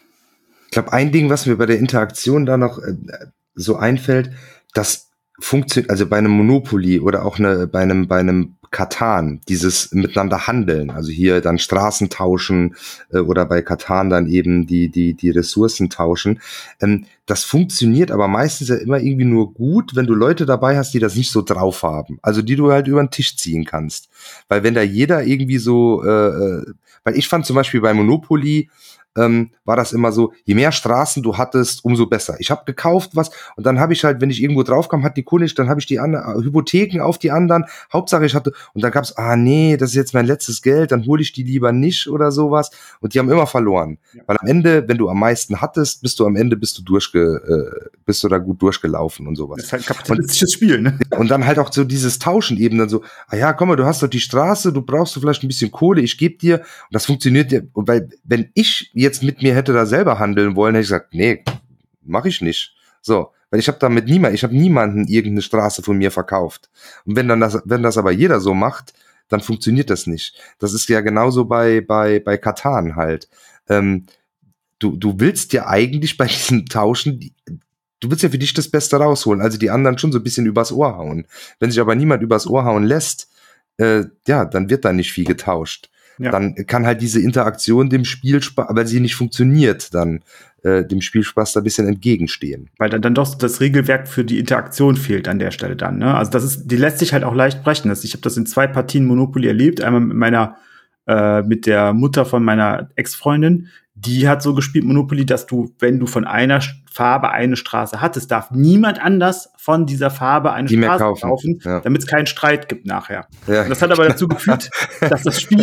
Ich glaube, ein Ding, was mir bei der Interaktion da noch äh, so einfällt, das funktioniert, also bei einem Monopoly oder auch eine, bei einem, bei einem Katan, dieses miteinander handeln, also hier dann Straßen tauschen äh, oder bei Katan dann eben die, die, die Ressourcen tauschen. Ähm, das funktioniert aber meistens ja immer irgendwie nur gut, wenn du Leute dabei hast, die das nicht so drauf haben. Also die du halt über den Tisch ziehen kannst. Weil wenn da jeder irgendwie so, äh, weil ich fand zum Beispiel bei Monopoly, ähm, war das immer so, je mehr Straßen du hattest, umso besser. Ich habe gekauft was und dann habe ich halt, wenn ich irgendwo drauf kam, hat die Kunde, dann habe ich die anderen Hypotheken auf die anderen. Hauptsache ich hatte, und dann gab's, ah nee, das ist jetzt mein letztes Geld, dann hole ich die lieber nicht oder sowas. Und die haben immer verloren. Ja. Weil am Ende, wenn du am meisten hattest, bist du am Ende bist du durchge, äh, bist du da gut durchgelaufen und sowas. Das ist halt ein kapitalistisches Spiel, ne? Und dann halt auch so dieses Tauschen eben dann so, ah ja, komm mal, du hast doch die Straße, du brauchst du vielleicht ein bisschen Kohle, ich gebe dir. Und das funktioniert ja, weil wenn ich jetzt mit mir hätte da selber handeln wollen, hätte ich gesagt, nee, mache ich nicht. So, weil ich habe da mit niemand, ich habe niemanden irgendeine Straße von mir verkauft. Und wenn dann das, wenn das aber jeder so macht, dann funktioniert das nicht. Das ist ja genauso bei bei bei Katan halt. Ähm, du du willst ja eigentlich bei diesem Tauschen du willst ja für dich das Beste rausholen, also die anderen schon so ein bisschen übers Ohr hauen. Wenn sich aber niemand übers Ohr hauen lässt, äh, ja, dann wird da nicht viel getauscht. Ja. Dann kann halt diese Interaktion dem Spielspaß, weil sie nicht funktioniert, dann äh, dem Spielspaß da ein bisschen entgegenstehen. Weil dann, dann doch das Regelwerk für die Interaktion fehlt an der Stelle dann. Ne? Also das ist, die lässt sich halt auch leicht brechen. Ich habe das in zwei Partien Monopoly erlebt. Einmal mit meiner, äh, mit der Mutter von meiner Ex-Freundin. Die hat so gespielt Monopoly, dass du, wenn du von einer Farbe eine Straße hattest, darf niemand anders von dieser Farbe eine Die Straße kaufen, kaufen, ja. damit es keinen Streit gibt nachher. Ja. Und das hat aber dazu geführt, dass das Spiel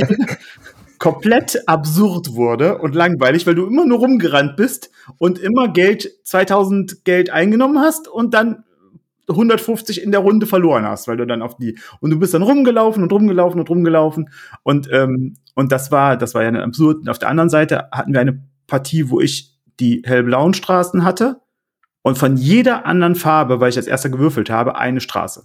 komplett absurd wurde und langweilig, weil du immer nur rumgerannt bist und immer Geld, zweitausend Geld eingenommen hast und dann hundertfünfzig in der Runde verloren hast, weil du dann auf die, und du bist dann rumgelaufen und rumgelaufen und rumgelaufen und, ähm, und das war, das war ja absurd. Und auf der anderen Seite hatten wir eine Partie, wo ich die hellblauen Straßen hatte und von jeder anderen Farbe, weil ich als erster gewürfelt habe, eine Straße.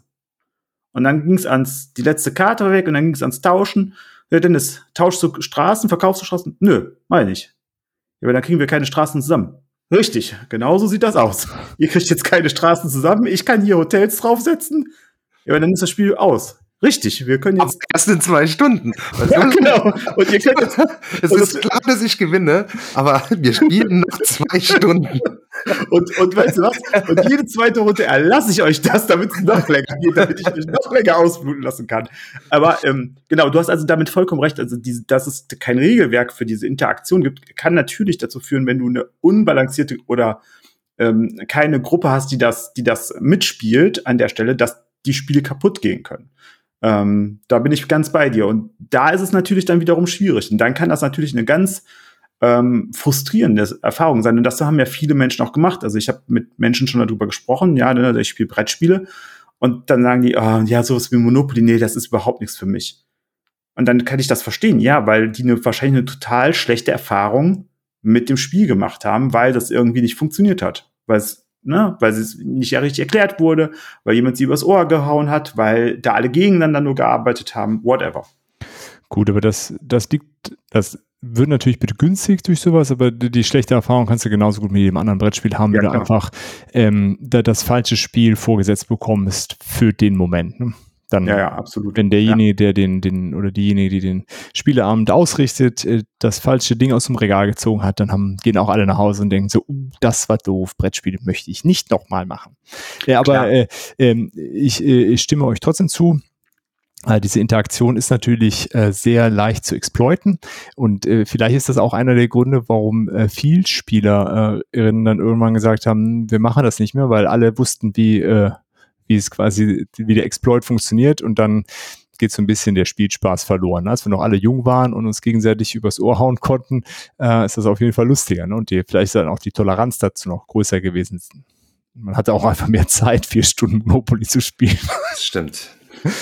Und dann ging es ans, die letzte Karte war weg und dann ging es ans Tauschen. Ja, Dennis, tauschst du Straßen, verkaufst du Straßen? Nö, meine ich. Ja, aber dann kriegen wir keine Straßen zusammen. Richtig, genau so sieht das aus. Ihr kriegt jetzt keine Straßen zusammen, ich kann hier Hotels draufsetzen, ja, aber dann ist das Spiel aus. Richtig, wir können jetzt... Aber erst in zwei Stunden. Ja, genau. Und ihr könnt jetzt... Es ist klar, dass ich gewinne, aber wir spielen noch zwei Stunden. Und, und weißt du was? Und jede zweite Runde erlasse ich euch das, damit es noch länger geht, damit ich mich noch länger ausbluten lassen kann. Aber ähm, genau, du hast also damit vollkommen recht. Also, diese, dass es kein Regelwerk für diese Interaktion gibt, kann natürlich dazu führen, wenn du eine unbalancierte oder ähm, keine Gruppe hast, die das, die das mitspielt an der Stelle, dass die Spiele kaputt gehen können. Ähm, da bin ich ganz bei dir. Und da ist es natürlich dann wiederum schwierig. Und dann kann das natürlich eine ganz ähm, frustrierende Erfahrung sein. Und das haben ja viele Menschen auch gemacht. Also ich habe mit Menschen schon darüber gesprochen. Ja, ne, ich spiele Brettspiele. Und dann sagen die, oh, ja, sowas wie Monopoly, nee, das ist überhaupt nichts für mich. Und dann kann ich das verstehen. Ja, weil die eine, wahrscheinlich eine total schlechte Erfahrung mit dem Spiel gemacht haben, weil das irgendwie nicht funktioniert hat. Weil es Ne, weil es nicht richtig erklärt wurde, weil jemand sie übers Ohr gehauen hat, weil da alle gegeneinander nur gearbeitet haben, whatever. Gut, aber das, das liegt, das wird natürlich begünstigt durch sowas, aber die, die schlechte Erfahrung kannst du genauso gut mit jedem anderen Brettspiel haben, Ja, wenn du klar. einfach ähm, da, das falsche Spiel vorgesetzt bekommst für den Moment. Ne? Dann, Ja, ja, absolut. wenn derjenige, der den, den, oder diejenige, die den Spieleabend ausrichtet, äh, das falsche Ding aus dem Regal gezogen hat, dann haben, gehen auch alle nach Hause und denken so, uh, das war doof, Brettspiele möchte ich nicht nochmal machen. Ja, aber äh, äh, ich, äh, ich stimme euch trotzdem zu. Äh, diese Interaktion ist natürlich äh, sehr leicht zu exploiten und äh, vielleicht ist das auch einer der Gründe, warum äh, viel Spielerinnen dann irgendwann gesagt haben, wir machen das nicht mehr, weil alle wussten, wie äh, wie es quasi, wie der Exploit funktioniert und dann geht so ein bisschen der Spielspaß verloren. Als wir noch alle jung waren und uns gegenseitig übers Ohr hauen konnten, äh, ist das auf jeden Fall lustiger. Ne? Und die, vielleicht ist dann auch die Toleranz dazu noch größer gewesen. Man hatte auch einfach mehr Zeit, vier Stunden Monopoly zu spielen. Das stimmt.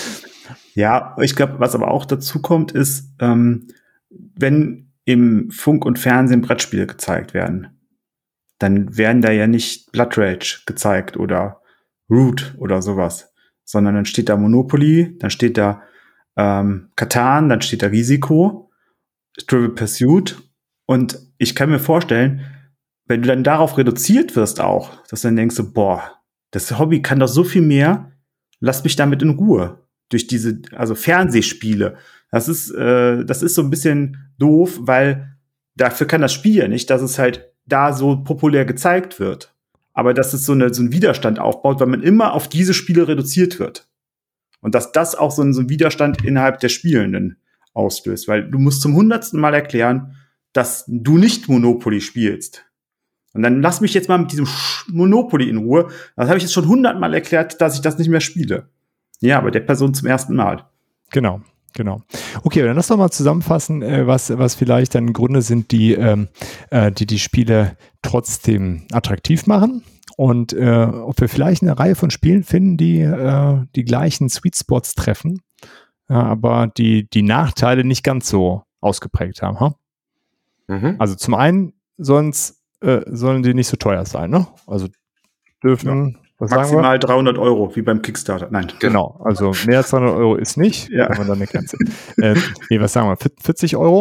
Ja, ich glaube, was aber auch dazu kommt, ist, ähm, wenn im Funk und Fernsehen Brettspiele gezeigt werden, dann werden da ja nicht Blood Rage gezeigt oder Root oder sowas, sondern dann steht da Monopoly, dann steht da ähm, Catan, dann steht da Risiko, Trivial Pursuit und ich kann mir vorstellen, wenn du dann darauf reduziert wirst auch, dass du dann denkst so, boah, das Hobby kann doch so viel mehr, lass mich damit in Ruhe. Durch diese, also Fernsehspiele, das ist, äh, das ist so ein bisschen doof, weil dafür kann das Spiel ja nicht, dass es halt da so populär gezeigt wird. Aber dass es so, eine, so einen Widerstand aufbaut, weil man immer auf diese Spiele reduziert wird. Und dass das auch so einen, so einen Widerstand innerhalb der Spielenden auslöst. Weil du musst zum hundertsten Mal erklären, dass du nicht Monopoly spielst. Und dann lass mich jetzt mal mit diesem Monopoly in Ruhe. Das habe ich jetzt schon hundertmal erklärt, dass ich das nicht mehr spiele. Ja, aber der Person zum ersten Mal. Genau. Genau. Okay, dann lass doch mal zusammenfassen, äh, was, was vielleicht dann Gründe sind, die, ähm, äh, die die Spiele trotzdem attraktiv machen und äh, ob wir vielleicht eine Reihe von Spielen finden, die äh, die gleichen Sweet Spots treffen, äh, aber die die Nachteile nicht ganz so ausgeprägt haben. Ha? Mhm. Also zum einen sollen's, äh, sollen die nicht so teuer sein, ne? Also dürfen... Ja. Was maximal dreihundert Euro, wie beim Kickstarter. Nein. Genau, also mehr als dreihundert Euro ist nicht. Ja. Wenn man dann eine Grenze. äh, nee, was sagen wir? vierzig Euro?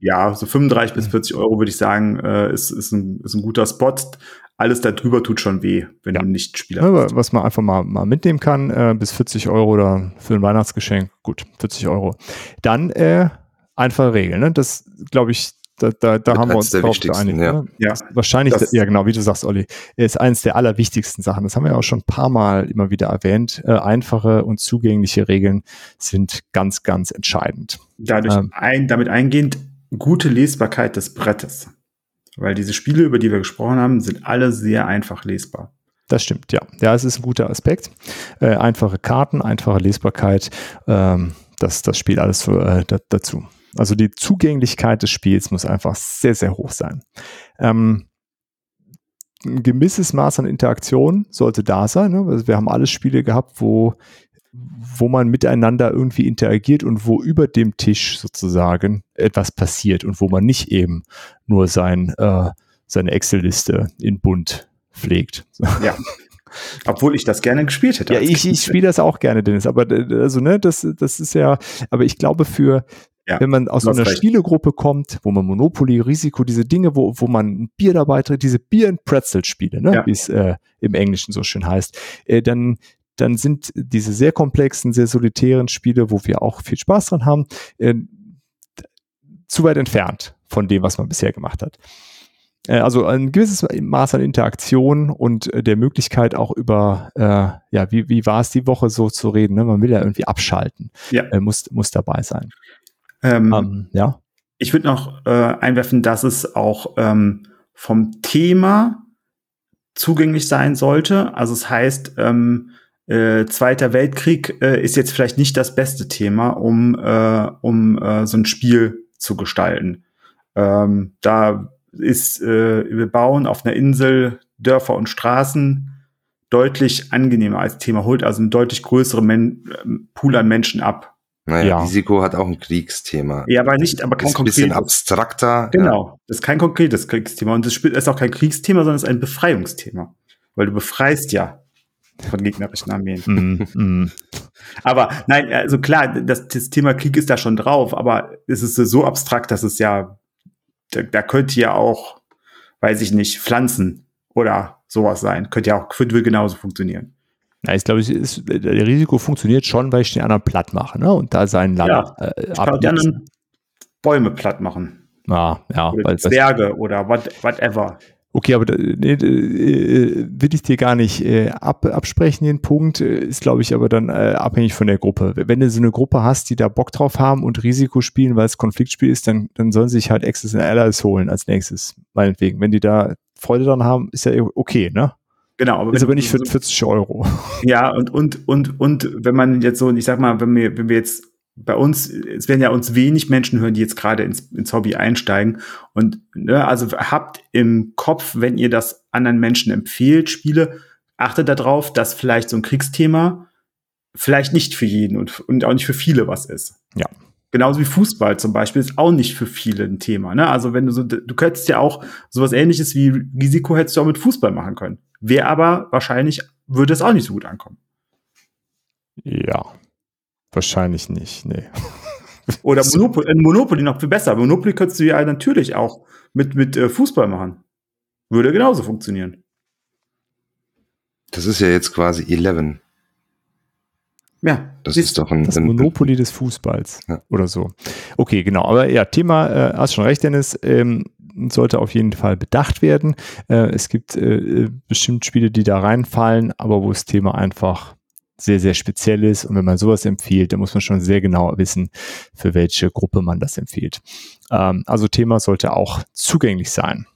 Ja, so fünfunddreißig bis vierzig Euro würde ich sagen, äh, ist, ist, ein, ist ein guter Spot. Alles darüber tut schon weh, wenn ja. du nicht Spieler ja, bist. Was man einfach mal, mal mitnehmen kann, äh, bis vierzig Euro oder für ein Weihnachtsgeschenk, gut, vierzig Euro. Dann äh, einfache Regeln, ne? Das glaube ich, da, da, da haben wir uns drauf geeinigt. Ja. Ne? Ja, wahrscheinlich, das, ja genau, wie du sagst, Olli, ist eines der allerwichtigsten Sachen. Das haben wir ja auch schon ein paar Mal immer wieder erwähnt. Äh, einfache und zugängliche Regeln sind ganz, ganz entscheidend. Dadurch ähm, ein, damit eingehend gute Lesbarkeit des Brettes. Weil diese Spiele, über die wir gesprochen haben, sind alle sehr einfach lesbar. Das stimmt, ja. Ja, es ist ein guter Aspekt. Äh, einfache Karten, einfache Lesbarkeit, ähm, das, das spielt alles so, äh, da, dazu. Also die Zugänglichkeit des Spiels muss einfach sehr, sehr hoch sein. Ähm, ein gewisses Maß an Interaktion sollte da sein. Ne? Also wir haben alle Spiele gehabt, wo wo man miteinander irgendwie interagiert und wo über dem Tisch sozusagen etwas passiert und wo man nicht eben nur sein, äh, seine Excel-Liste in bunt pflegt. Ja. Obwohl ich das gerne gespielt hätte. Ja, ich, ich spiele das auch gerne, Dennis, aber also, ne, das, das ist ja, aber ich glaube für, ja, wenn man aus so einer recht. Spielegruppe kommt, wo man Monopoly, Risiko, diese Dinge, wo, wo man ein Bier dabei trägt, diese Bier- and Pretzel-Spiele, ne, ja. wie es äh, im Englischen so schön heißt, äh, dann dann sind diese sehr komplexen, sehr solitären Spiele, wo wir auch viel Spaß dran haben, äh, zu weit entfernt von dem, was man bisher gemacht hat. Äh, also ein gewisses Maß an Interaktion und äh, der Möglichkeit auch über, äh, ja, wie, wie war es die Woche so zu reden, ne? Man will ja irgendwie abschalten, ja. Äh, muss, muss dabei sein. Ähm, ähm, ja. Ich würde noch äh, einwerfen, dass es auch ähm, vom Thema zugänglich sein sollte. Also es heißt, ähm, Äh, Zweiter Weltkrieg äh, ist jetzt vielleicht nicht das beste Thema, um, äh, um äh, so ein Spiel zu gestalten. Ähm, da ist, äh, wir bauen auf einer Insel Dörfer und Straßen deutlich angenehmer als Thema, holt also einen deutlich größeren Men- Pool an Menschen ab. Naja, ja. Risiko hat auch ein Kriegsthema. Ja, aber nicht, aber kein konkretes. Ist ein bisschen abstrakter. Genau, ja. Das ist kein konkretes Kriegsthema. Und das ist auch kein Kriegsthema, sondern es ist ein Befreiungsthema. Weil du befreist ja von gegnerischen Armeen. Mm, mm. Aber nein, also klar, das, das Thema Krieg ist da schon drauf, aber es ist so abstrakt, dass es ja, da, da könnte ja auch, weiß ich nicht, Pflanzen oder sowas sein. Könnte ja auch, könnte genauso funktionieren. Ja, ich glaube, das Risiko funktioniert schon, weil ich den anderen platt mache, ne? Und da sein Land ja, äh, ich kann die anderen Bäume platt machen. Ah, ja, oder weil Zwerge oder what, whatever. Okay, aber nee, äh, will ich dir gar nicht äh, ab, absprechen, den Punkt, ist, glaube ich, aber dann äh, abhängig von der Gruppe. Wenn du so eine Gruppe hast, die da Bock drauf haben und Risiko spielen, weil es Konfliktspiel ist, dann, dann sollen sie sich halt Access and Allies holen als nächstes, meinetwegen. Wenn die da Freude dran haben, ist ja okay, ne? Genau, aber ist wenn aber nicht für so, vierzig Euro. Ja, und, und, und, und wenn man jetzt so, ich sag mal, wenn wir, wenn wir jetzt bei uns, es werden ja uns wenig Menschen hören, die jetzt gerade ins, ins Hobby einsteigen. Und ne, also habt im Kopf, wenn ihr das anderen Menschen empfehlt, Spiele, achtet darauf, dass vielleicht so ein Kriegsthema vielleicht nicht für jeden und, und auch nicht für viele was ist. Ja. Genauso wie Fußball zum Beispiel ist auch nicht für viele ein Thema. Ne? Also wenn du so, du könntest ja auch sowas Ähnliches wie Risiko hättest du auch mit Fußball machen können. Wäre aber wahrscheinlich, würde es auch nicht so gut ankommen. Ja. Wahrscheinlich nicht, nee. Oder Monopoly, Monopoly noch viel besser. Monopoly könntest du ja natürlich auch mit, mit äh, Fußball machen. Würde genauso funktionieren. Das ist ja jetzt quasi elf. Ja. Das ist doch ein... Das ein, Monopoly des Fußballs ja. oder so. Okay, genau. Aber ja, Thema, äh, hast schon recht, Dennis, ähm, sollte auf jeden Fall bedacht werden. Äh, es gibt äh, bestimmt Spiele, die da reinfallen, aber wo das Thema einfach sehr, sehr speziell ist. Und wenn man sowas empfiehlt, dann muss man schon sehr genau wissen, für welche Gruppe man das empfiehlt. Ähm, also Thema sollte auch zugänglich sein.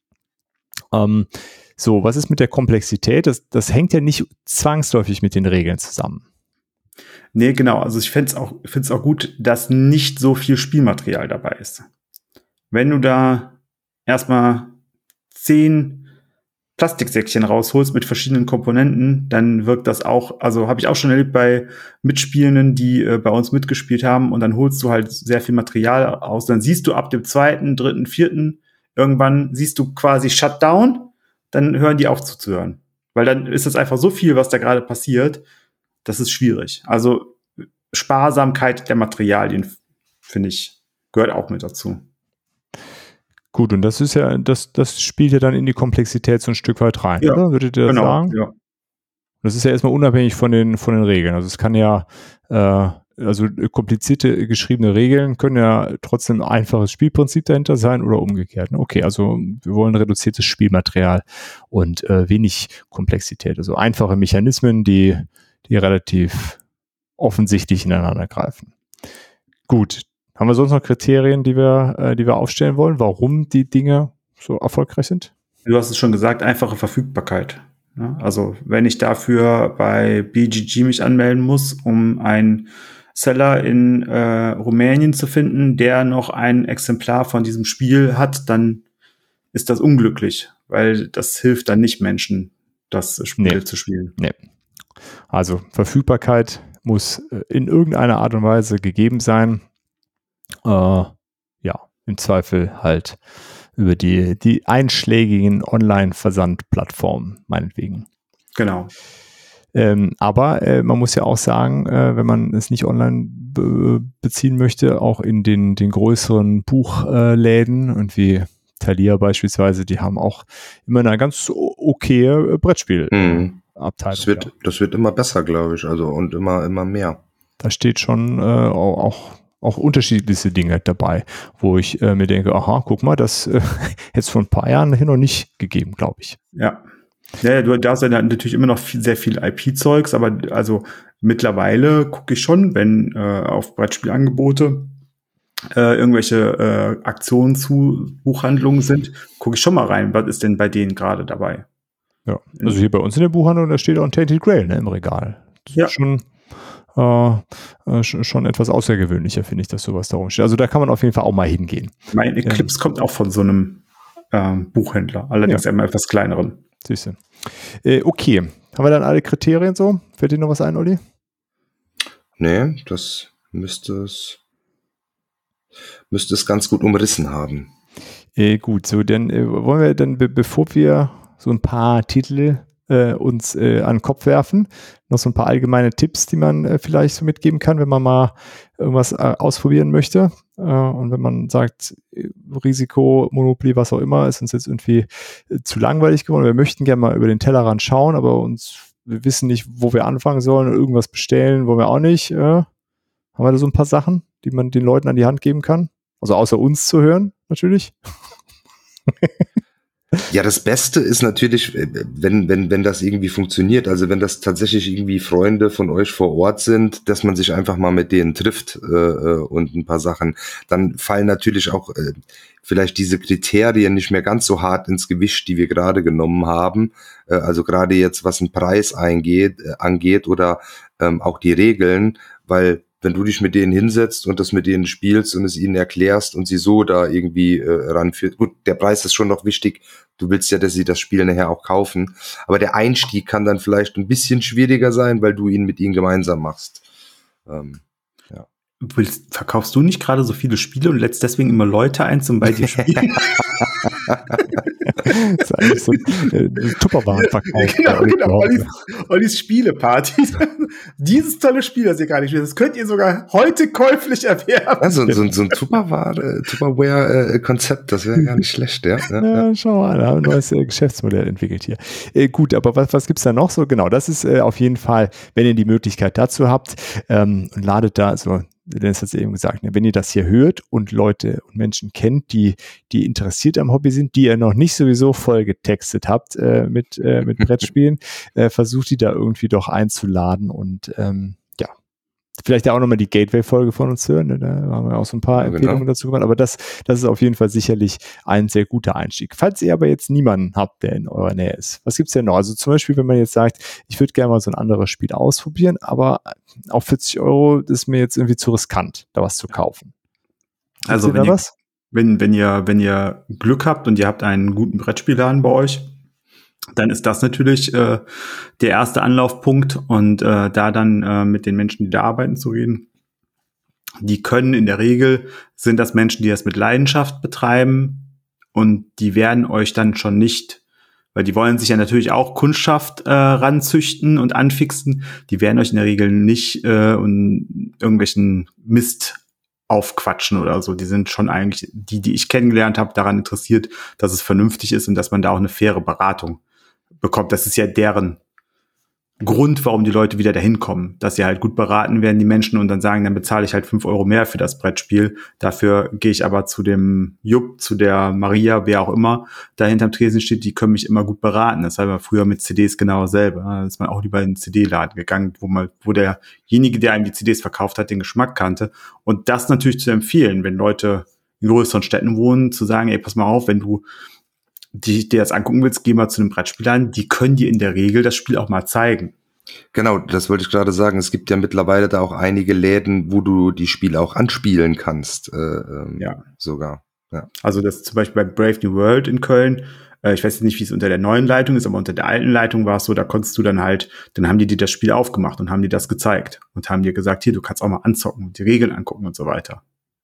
Ähm, so, was ist mit der Komplexität? Das, das hängt ja nicht zwangsläufig mit den Regeln zusammen. Nee, genau. Also ich fände es auch, find's auch gut, dass nicht so viel Spielmaterial dabei ist. Wenn du da erstmal zehn Plastiksäckchen rausholst mit verschiedenen Komponenten, dann wirkt das auch, also habe ich auch schon erlebt bei Mitspielenden, die äh, bei uns mitgespielt haben, und dann holst du halt sehr viel Material aus, dann siehst du ab dem zweiten, dritten, vierten, irgendwann siehst du quasi Shutdown, dann hören die auf zuzuhören. Weil dann ist das einfach so viel, was da gerade passiert, das ist schwierig. Also Sparsamkeit der Materialien, finde ich, gehört auch mit dazu. Gut, und das ist ja, das, das spielt ja dann in die Komplexität so ein Stück weit rein, Ja, oder? Würdet ihr das genau, sagen? ja. Das ist ja erstmal unabhängig von den, von den Regeln. Also es kann ja, äh, also komplizierte geschriebene Regeln können ja trotzdem ein einfaches Spielprinzip dahinter sein oder umgekehrt. Ne? Okay, also wir wollen reduziertes Spielmaterial und äh, wenig Komplexität. Also einfache Mechanismen, die, die relativ offensichtlich ineinander greifen. Gut. Haben wir sonst noch Kriterien, die wir, äh, die wir aufstellen wollen, warum die Dinge so erfolgreich sind? Du hast es schon gesagt, einfache Verfügbarkeit. Ja, also wenn ich dafür bei B G G mich anmelden muss, um einen Seller in äh, Rumänien zu finden, der noch ein Exemplar von diesem Spiel hat, dann ist das unglücklich, weil das hilft dann nicht Menschen, das Spiel Nee. zu spielen. Nee. Also Verfügbarkeit muss äh, in irgendeiner Art und Weise gegeben sein. Äh, ja, im Zweifel halt über die, die einschlägigen Online-Versandplattformen, meinetwegen. Genau. Ähm, aber äh, man muss ja auch sagen, äh, wenn man es nicht online be- beziehen möchte, auch in den, den größeren Buchläden und wie Thalia beispielsweise, die haben auch immer eine ganz okaye Brettspielabteilung. Mhm. Das wird, ja. das wird immer besser, glaube ich, also und immer, immer mehr. Da steht schon äh, auch, auch unterschiedlichste Dinge dabei, wo ich äh, mir denke, aha, guck mal, das äh, hätte es vor ein paar Jahren hier noch nicht gegeben, glaube ich. Ja. Ja, du da hast ja natürlich immer noch viel, sehr viel I P-Zeugs, aber also mittlerweile gucke ich schon, wenn äh, auf Brettspielangebote äh, irgendwelche äh, Aktionen zu Buchhandlungen sind, gucke ich schon mal rein, was ist denn bei denen gerade dabei. Ja, also hier bei uns in der Buchhandlung, da steht auch ein Tainted Grail, ne, im Regal. Das Ja. ist schon, äh, äh, schon etwas außergewöhnlicher, finde ich, dass sowas da rumsteht. Also da kann man auf jeden Fall auch mal hingehen. Mein Eclipse ja. kommt auch von so einem ähm, Buchhändler, allerdings ja. einmal etwas kleineren. Siehst du. Äh, okay, haben wir dann alle Kriterien so? Fällt dir noch was ein, Olli? Nee, das müsste es müsste es ganz gut umrissen haben. Äh, gut, so dann äh, wollen wir dann, be- bevor wir so ein paar Titel äh, uns äh, an den Kopf werfen, noch so ein paar allgemeine Tipps, die man äh, vielleicht so mitgeben kann, wenn man mal irgendwas äh, ausprobieren möchte. Äh, und wenn man sagt, Risiko, Monopoly, was auch immer, ist uns jetzt irgendwie äh, zu langweilig geworden. Wir möchten gerne mal über den Tellerrand schauen, aber uns, wir wissen nicht, wo wir anfangen sollen. Irgendwas bestellen wollen wir auch nicht. Äh, haben wir da so ein paar Sachen, die man den Leuten an die Hand geben kann? Also außer uns zu hören, natürlich. Ja, das Beste ist natürlich, wenn, wenn, wenn das irgendwie funktioniert, also wenn das tatsächlich irgendwie Freunde von euch vor Ort sind, dass man sich einfach mal mit denen trifft äh, und ein paar Sachen, dann fallen natürlich auch äh, vielleicht diese Kriterien nicht mehr ganz so hart ins Gewicht, die wir gerade genommen haben, äh, also gerade jetzt, was einen Preis eingeht, äh, angeht oder ähm, auch die Regeln, weil wenn du dich mit denen hinsetzt und das mit denen spielst und es ihnen erklärst und sie so da irgendwie äh, ranführt. Gut, der Preis ist schon noch wichtig. Du willst ja, dass sie das Spiel nachher auch kaufen. Aber der Einstieg kann dann vielleicht ein bisschen schwieriger sein, weil du ihn mit ihnen gemeinsam machst. Ähm, ja. Willst, verkaufst du nicht gerade so viele Spiele und lädst deswegen immer Leute ein zum bei dir spielen? Das ist eigentlich so ein äh, Tupperwaren-Verkauf. Genau, genau. Ollis, Ollis Spieleparty. Dieses tolle Spiel, das ihr gerade spielt, das könnt ihr sogar heute käuflich erwerben. Also so, so ein Tupperware, Tupperware-Konzept, das wäre gar nicht schlecht, ja. Ja, ja, ja. Schau mal, da haben wir ein neues äh, Geschäftsmodell entwickelt hier. Äh, gut, aber was, was gibt's da noch so? Genau, das ist äh, auf jeden Fall, wenn ihr die Möglichkeit dazu habt, ähm, und ladet da, also Dennis hat es eben gesagt, ne, wenn ihr das hier hört und Leute und Menschen kennt, die, die interessiert am Hobby sind, die ihr noch nicht sowieso voll getextet habt äh, mit, äh, mit Brettspielen, äh, versucht die da irgendwie doch einzuladen und ähm, ja, vielleicht auch nochmal die Gateway-Folge von uns hören, ne? Da haben wir auch so ein paar ja, Empfehlungen genau. dazu gemacht, aber das, das ist auf jeden Fall sicherlich ein sehr guter Einstieg. Falls ihr aber jetzt niemanden habt, der in eurer Nähe ist, was gibt's denn noch? Also zum Beispiel, wenn man jetzt sagt, ich würde gerne mal so ein anderes Spiel ausprobieren, aber auf vierzig Euro ist mir jetzt irgendwie zu riskant, da was zu kaufen. Gibt's also da wenn ihr, was? wenn, wenn ihr, wenn ihr Glück habt und ihr habt einen guten Brettspielladen bei euch, dann ist das natürlich äh, der erste Anlaufpunkt und äh, da dann äh, mit den Menschen, die da arbeiten, zu reden. Die können in der Regel, sind das Menschen, die das mit Leidenschaft betreiben und die werden euch dann schon nicht, weil die wollen sich ja natürlich auch Kundschaft äh, ranzüchten und anfixen, die werden euch in der Regel nicht äh, und irgendwelchen Mist aufquatschen oder so. Die sind schon eigentlich, die, die ich kennengelernt habe, daran interessiert, dass es vernünftig ist und dass man da auch eine faire Beratung bekommt. Das ist ja deren Grund, warum die Leute wieder dahin kommen, dass sie halt gut beraten werden, die Menschen, und dann sagen, dann bezahle ich halt fünf Euro mehr für das Brettspiel. Dafür gehe ich aber zu dem Jupp, zu der Maria, wer auch immer, da hinterm Tresen steht, die können mich immer gut beraten. Das war früher mit C Ds genau dasselbe. Da ist man auch lieber in den C D-Laden gegangen, wo man, wo derjenige, der einem die C Ds verkauft hat, den Geschmack kannte. Und das natürlich zu empfehlen, wenn Leute in größeren Städten wohnen, zu sagen, ey, pass mal auf, wenn du die dir das angucken willst, geh mal zu einem Brettspielern, die können dir in der Regel das Spiel auch mal zeigen. Genau, das wollte ich gerade sagen. Es gibt ja mittlerweile da auch einige Läden, wo du die Spiele auch anspielen kannst. Äh, ähm, ja. Sogar. Ja. Also das zum Beispiel bei Brave New World in Köln, äh, ich weiß jetzt nicht, wie es unter der neuen Leitung ist, aber unter der alten Leitung war es so, da konntest du dann halt, dann haben die dir das Spiel aufgemacht und haben dir das gezeigt und haben dir gesagt, hier, du kannst auch mal anzocken und die Regeln angucken und so weiter.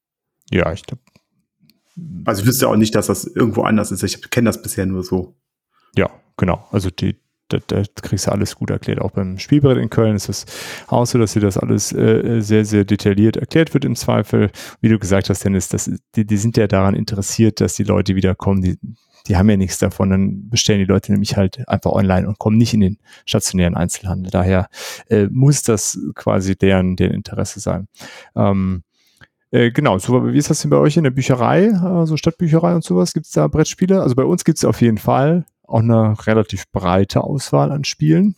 Ja, ich glaube. Also ich wüsste auch nicht, dass das irgendwo anders ist. Ich kenne das bisher nur so. Ja, genau. Also die, da, da kriegst du alles gut erklärt. Auch beim Spielbrett in Köln ist es auch so, dass dir das alles äh, sehr, sehr detailliert erklärt wird im Zweifel. Wie du gesagt hast, Dennis, das, die, die sind ja daran interessiert, dass die Leute wiederkommen. Die, die haben ja nichts davon. Dann bestellen die Leute nämlich halt einfach online und kommen nicht in den stationären Einzelhandel. Daher äh, muss das quasi deren, deren Interesse sein. Ähm, Äh, genau, so, wie ist das denn bei euch in der Bücherei, also Stadtbücherei und sowas? Gibt es da Brettspiele? Also bei uns gibt es auf jeden Fall auch eine relativ breite Auswahl an Spielen.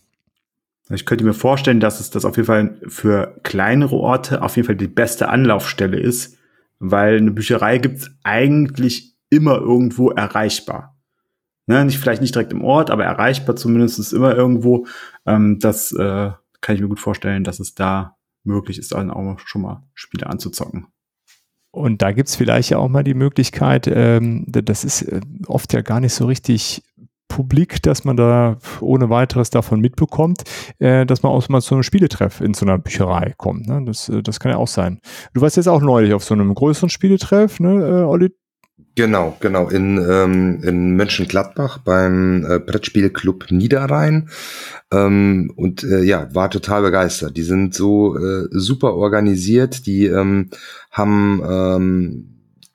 Ich könnte mir vorstellen, dass es das auf jeden Fall für kleinere Orte auf jeden Fall die beste Anlaufstelle ist, weil eine Bücherei gibt es eigentlich immer irgendwo erreichbar. Ne, nicht, vielleicht nicht direkt im Ort, aber erreichbar zumindest ist immer irgendwo. Ähm, das äh, kann ich mir gut vorstellen, dass es da möglich ist, dann auch schon mal Spiele anzuzocken. Und da gibt es vielleicht ja auch mal die Möglichkeit, ähm, das ist oft ja gar nicht so richtig publik, dass man da ohne weiteres davon mitbekommt, äh, dass man auch mal zu einem Spieletreff in so einer Bücherei kommt. Ne? Das, das kann ja auch sein. Du warst jetzt auch neulich auf so einem größeren Spieletreff, ne, äh, Olli? Genau, genau, in, ähm, in Mönchengladbach beim äh, Brettspielclub Niederrhein, ähm, und äh, ja, war total begeistert. Die sind so äh, super organisiert, die ähm, haben ähm,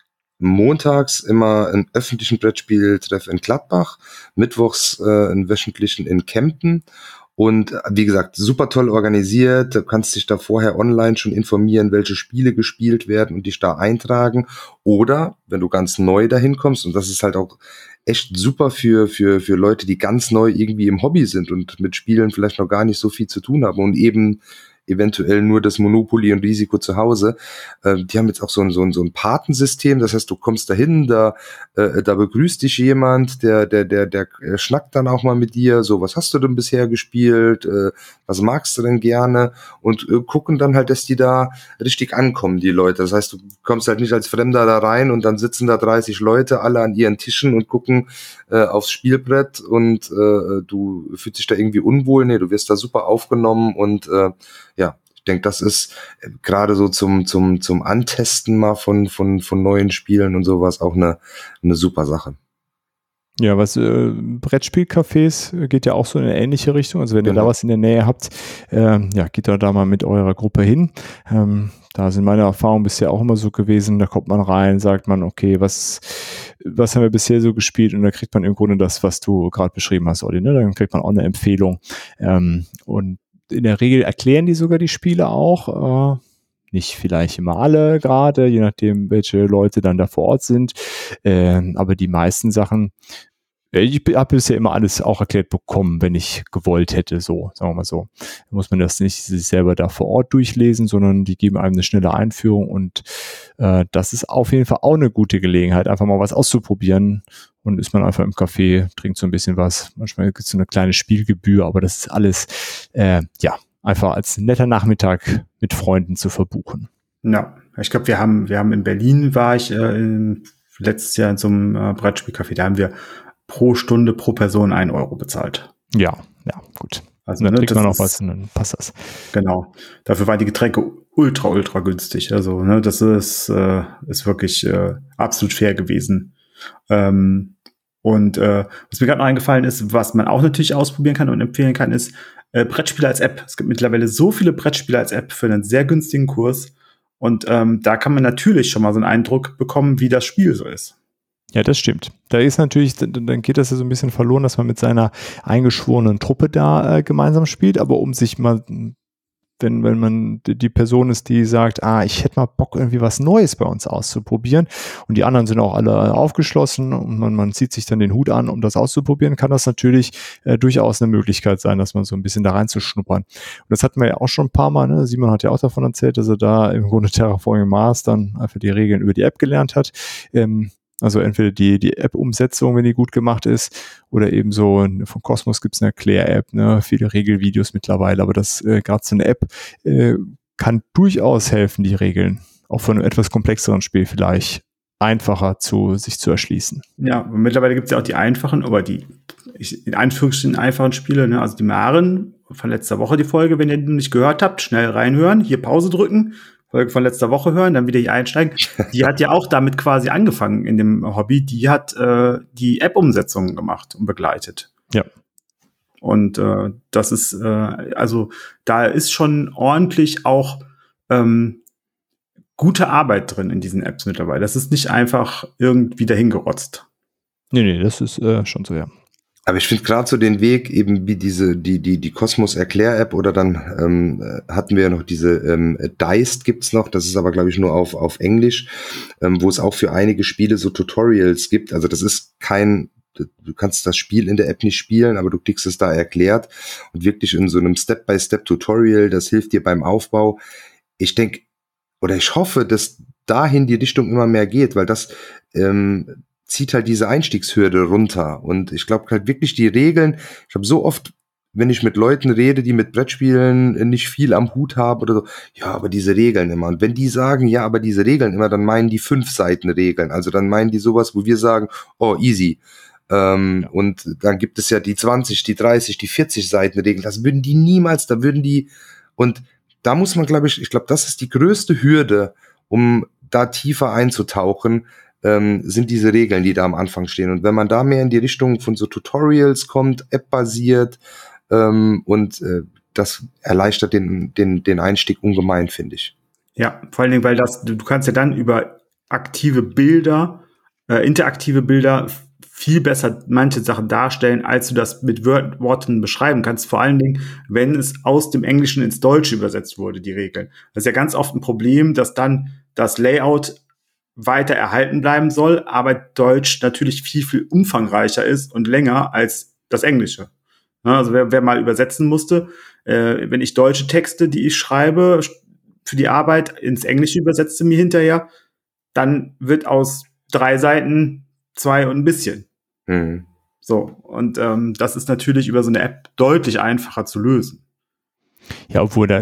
montags immer einen öffentlichen Brettspieltreff in Gladbach, mittwochs äh, einen wöchentlichen in Kempten. Und wie gesagt, super toll organisiert. Du kannst dich da vorher online schon informieren, welche Spiele gespielt werden und dich da eintragen. Oder wenn du ganz neu dahin kommst, und das ist halt auch echt super für für für Leute, die ganz neu irgendwie im Hobby sind und mit Spielen vielleicht noch gar nicht so viel zu tun haben und eben eventuell nur das Monopoly und Risiko zu Hause. Äh, die haben jetzt auch so ein, so ein, so ein Patensystem. Das heißt, du kommst dahin, da, äh, da begrüßt dich jemand, der, der, der, der schnackt dann auch mal mit dir. So, was hast du denn bisher gespielt? Äh, was magst du denn gerne? Und äh, gucken dann halt, dass die da richtig ankommen, die Leute. Das heißt, du kommst halt nicht als Fremder da rein und dann sitzen da dreißig Leute alle an ihren Tischen und gucken äh, aufs Spielbrett und äh, du fühlst dich da irgendwie unwohl. Nee, du wirst da super aufgenommen und äh, ja, ich denke, das ist äh, gerade so zum zum zum Antesten mal von von von neuen Spielen und sowas auch eine eine super Sache. Ja, was äh, Brettspielcafés geht ja auch so in eine ähnliche Richtung. Also wenn genau. ihr da was in der Nähe habt, äh, ja, geht da da mal mit eurer Gruppe hin. Ähm, da sind meine Erfahrungen bisher auch immer so gewesen. Da kommt man rein, sagt man, okay, was was haben wir bisher so gespielt? Und dann kriegt man im Grunde das, was du gerade beschrieben hast, Olli. Ne? Dann kriegt man auch eine Empfehlung. Ähm, und in der Regel erklären die sogar die Spiele auch. Äh, nicht vielleicht immer alle gerade, je nachdem, welche Leute dann da vor Ort sind. Äh, aber die meisten Sachen, ich habe bisher immer alles auch erklärt bekommen, wenn ich gewollt hätte, so, sagen wir mal so. Da muss man das nicht sich selber da vor Ort durchlesen, sondern die geben einem eine schnelle Einführung und äh, das ist auf jeden Fall auch eine gute Gelegenheit, einfach mal was auszuprobieren und ist man einfach im Café, trinkt so ein bisschen was. Manchmal gibt es so eine kleine Spielgebühr, aber das ist alles, äh, ja, einfach als netter Nachmittag mit Freunden zu verbuchen. Ja, ich glaube, wir haben, wir haben in Berlin, war ich äh, in, letztes Jahr in so einem äh, Brettspielcafé, da haben wir pro Stunde, pro Person ein Euro bezahlt. Ja, ja, gut. Also, und dann ne, kriegt man noch ist, was und dann passt das. Genau. Dafür waren die Getränke ultra, ultra günstig. Also, ne, das ist, äh, ist wirklich äh, absolut fair gewesen. Ähm, und äh, was mir gerade noch eingefallen ist, was man auch natürlich ausprobieren kann und empfehlen kann, ist äh, Brettspiele als App. Es gibt mittlerweile so viele Brettspiele als App für einen sehr günstigen Kurs. Und ähm, da kann man natürlich schon mal so einen Eindruck bekommen, wie das Spiel so ist. Ja, das stimmt. Da ist natürlich, dann geht das ja so ein bisschen verloren, dass man mit seiner eingeschworenen Truppe da äh, gemeinsam spielt, aber um sich mal, wenn, wenn man die Person ist, die sagt, ah, ich hätte mal Bock, irgendwie was Neues bei uns auszuprobieren und die anderen sind auch alle aufgeschlossen und man, man zieht sich dann den Hut an, um das auszuprobieren, kann das natürlich äh, durchaus eine Möglichkeit sein, dass man so ein bisschen da reinzuschnuppern. Und das hatten wir ja auch schon ein paar Mal, ne? Simon hat ja auch davon erzählt, dass er da im Grunde Terraforming Mars dann einfach die Regeln über die App gelernt hat. Ähm, Also entweder die, die App-Umsetzung, wenn die gut gemacht ist, oder eben so, von Cosmos gibt es eine Erklär-App, ne, viele Regelvideos mittlerweile, aber das äh, gerade so eine App äh, kann durchaus helfen, die Regeln, auch von einem etwas komplexeren Spiel vielleicht einfacher zu sich zu erschließen. Ja, und mittlerweile gibt es ja auch die einfachen, aber die ich, in Anführungsstrichen einfachen Spiele, ne, also die Maren von letzter Woche, die Folge, wenn ihr die nicht gehört habt, schnell reinhören, hier Pause drücken, Folge von letzter Woche hören, dann wieder hier einsteigen. Die hat ja auch damit quasi angefangen in dem Hobby. Die hat äh, die App-Umsetzungen gemacht und begleitet. Ja. Und äh, das ist, äh, also da ist schon ordentlich auch ähm, gute Arbeit drin in diesen Apps mittlerweile. Das ist nicht einfach irgendwie dahingerotzt. Nee, nee, das ist äh, schon so, ja. Aber ich finde gerade so den Weg, eben wie diese, die, die, die Cosmos-Erklär-App oder dann ähm, hatten wir ja noch diese ähm, Diced gibt's noch, das ist aber glaube ich nur auf, auf Englisch, ähm, wo es auch für einige Spiele so Tutorials gibt. Also das ist kein, du kannst das Spiel in der App nicht spielen, aber du kriegst es da erklärt und wirklich in so einem Step-by-Step-Tutorial, das hilft dir beim Aufbau. Ich denke, oder ich hoffe, dass dahin die Richtung immer mehr geht, weil das ähm, zieht halt diese Einstiegshürde runter. Und ich glaube halt wirklich die Regeln, ich habe so oft, wenn ich mit Leuten rede, die mit Brettspielen nicht viel am Hut haben oder so, ja, aber diese Regeln immer. Und wenn die sagen, ja, aber diese Regeln immer, dann meinen die fünf Seiten Regeln. Also dann meinen die sowas, wo wir sagen, oh, easy. Ähm, ja. Und dann gibt es ja die zwanzig, die dreißig, die vierzig Seiten Regeln. Das würden die niemals, da würden die, und da muss man, glaube ich, ich glaube, das ist die größte Hürde, um da tiefer einzutauchen, Ähm, sind diese Regeln, die da am Anfang stehen. Und wenn man da mehr in die Richtung von so Tutorials kommt, App-basiert, ähm, und äh, das erleichtert den, den, den Einstieg ungemein, finde ich. Ja, vor allen Dingen, weil das, du kannst ja dann über aktive Bilder, äh, interaktive Bilder viel besser manche Sachen darstellen, als du das mit Word- Worten beschreiben kannst. Vor allen Dingen, wenn es aus dem Englischen ins Deutsche übersetzt wurde, die Regeln. Das ist ja ganz oft ein Problem, dass dann das Layout weiter erhalten bleiben soll, aber Deutsch natürlich viel, viel umfangreicher ist und länger als das Englische. Also wer, wer mal übersetzen musste, äh, wenn ich deutsche Texte, die ich schreibe, für die Arbeit ins Englische übersetze mir hinterher, dann wird aus drei Seiten zwei und ein bisschen. Mhm. So, und ähm, das ist natürlich über so eine App deutlich einfacher zu lösen. Ja, obwohl da,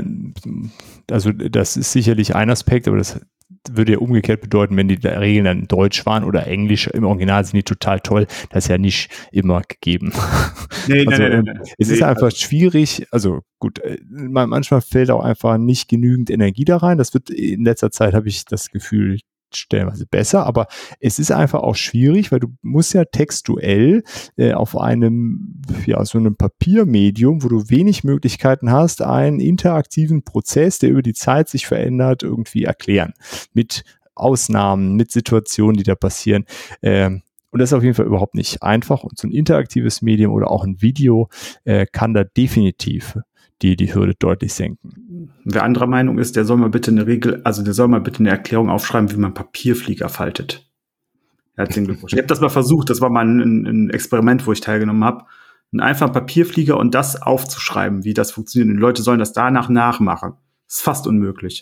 also das ist sicherlich ein Aspekt, aber das würde ja umgekehrt bedeuten, wenn die Regeln dann Deutsch waren oder Englisch, im Original sind die total toll, das ist ja nicht immer gegeben. Nee, also, nee, nee, nee, nee. Es ist einfach schwierig, also gut, manchmal fällt auch einfach nicht genügend Energie da rein, das wird in letzter Zeit, habe ich das Gefühl, stellenweise besser, aber es ist einfach auch schwierig, weil du musst ja textuell äh, auf einem, ja, so einem Papiermedium, wo du wenig Möglichkeiten hast, einen interaktiven Prozess, der über die Zeit sich verändert, irgendwie erklären. Mit Ausnahmen, mit Situationen, die da passieren. Ähm, und das ist auf jeden Fall überhaupt nicht einfach. Und so ein interaktives Medium oder auch ein Video äh, kann da definitiv die die Hürde deutlich senken. Wer anderer Meinung ist, der soll mal bitte eine Regel, also der soll mal bitte eine Erklärung aufschreiben, wie man Papierflieger faltet. Herzlichen Glückwunsch. Ich habe das mal versucht, das war mal ein, ein Experiment, wo ich teilgenommen habe, einen einfachen Papierflieger und das aufzuschreiben, wie das funktioniert. Und die Leute sollen das danach nachmachen. Das ist fast unmöglich.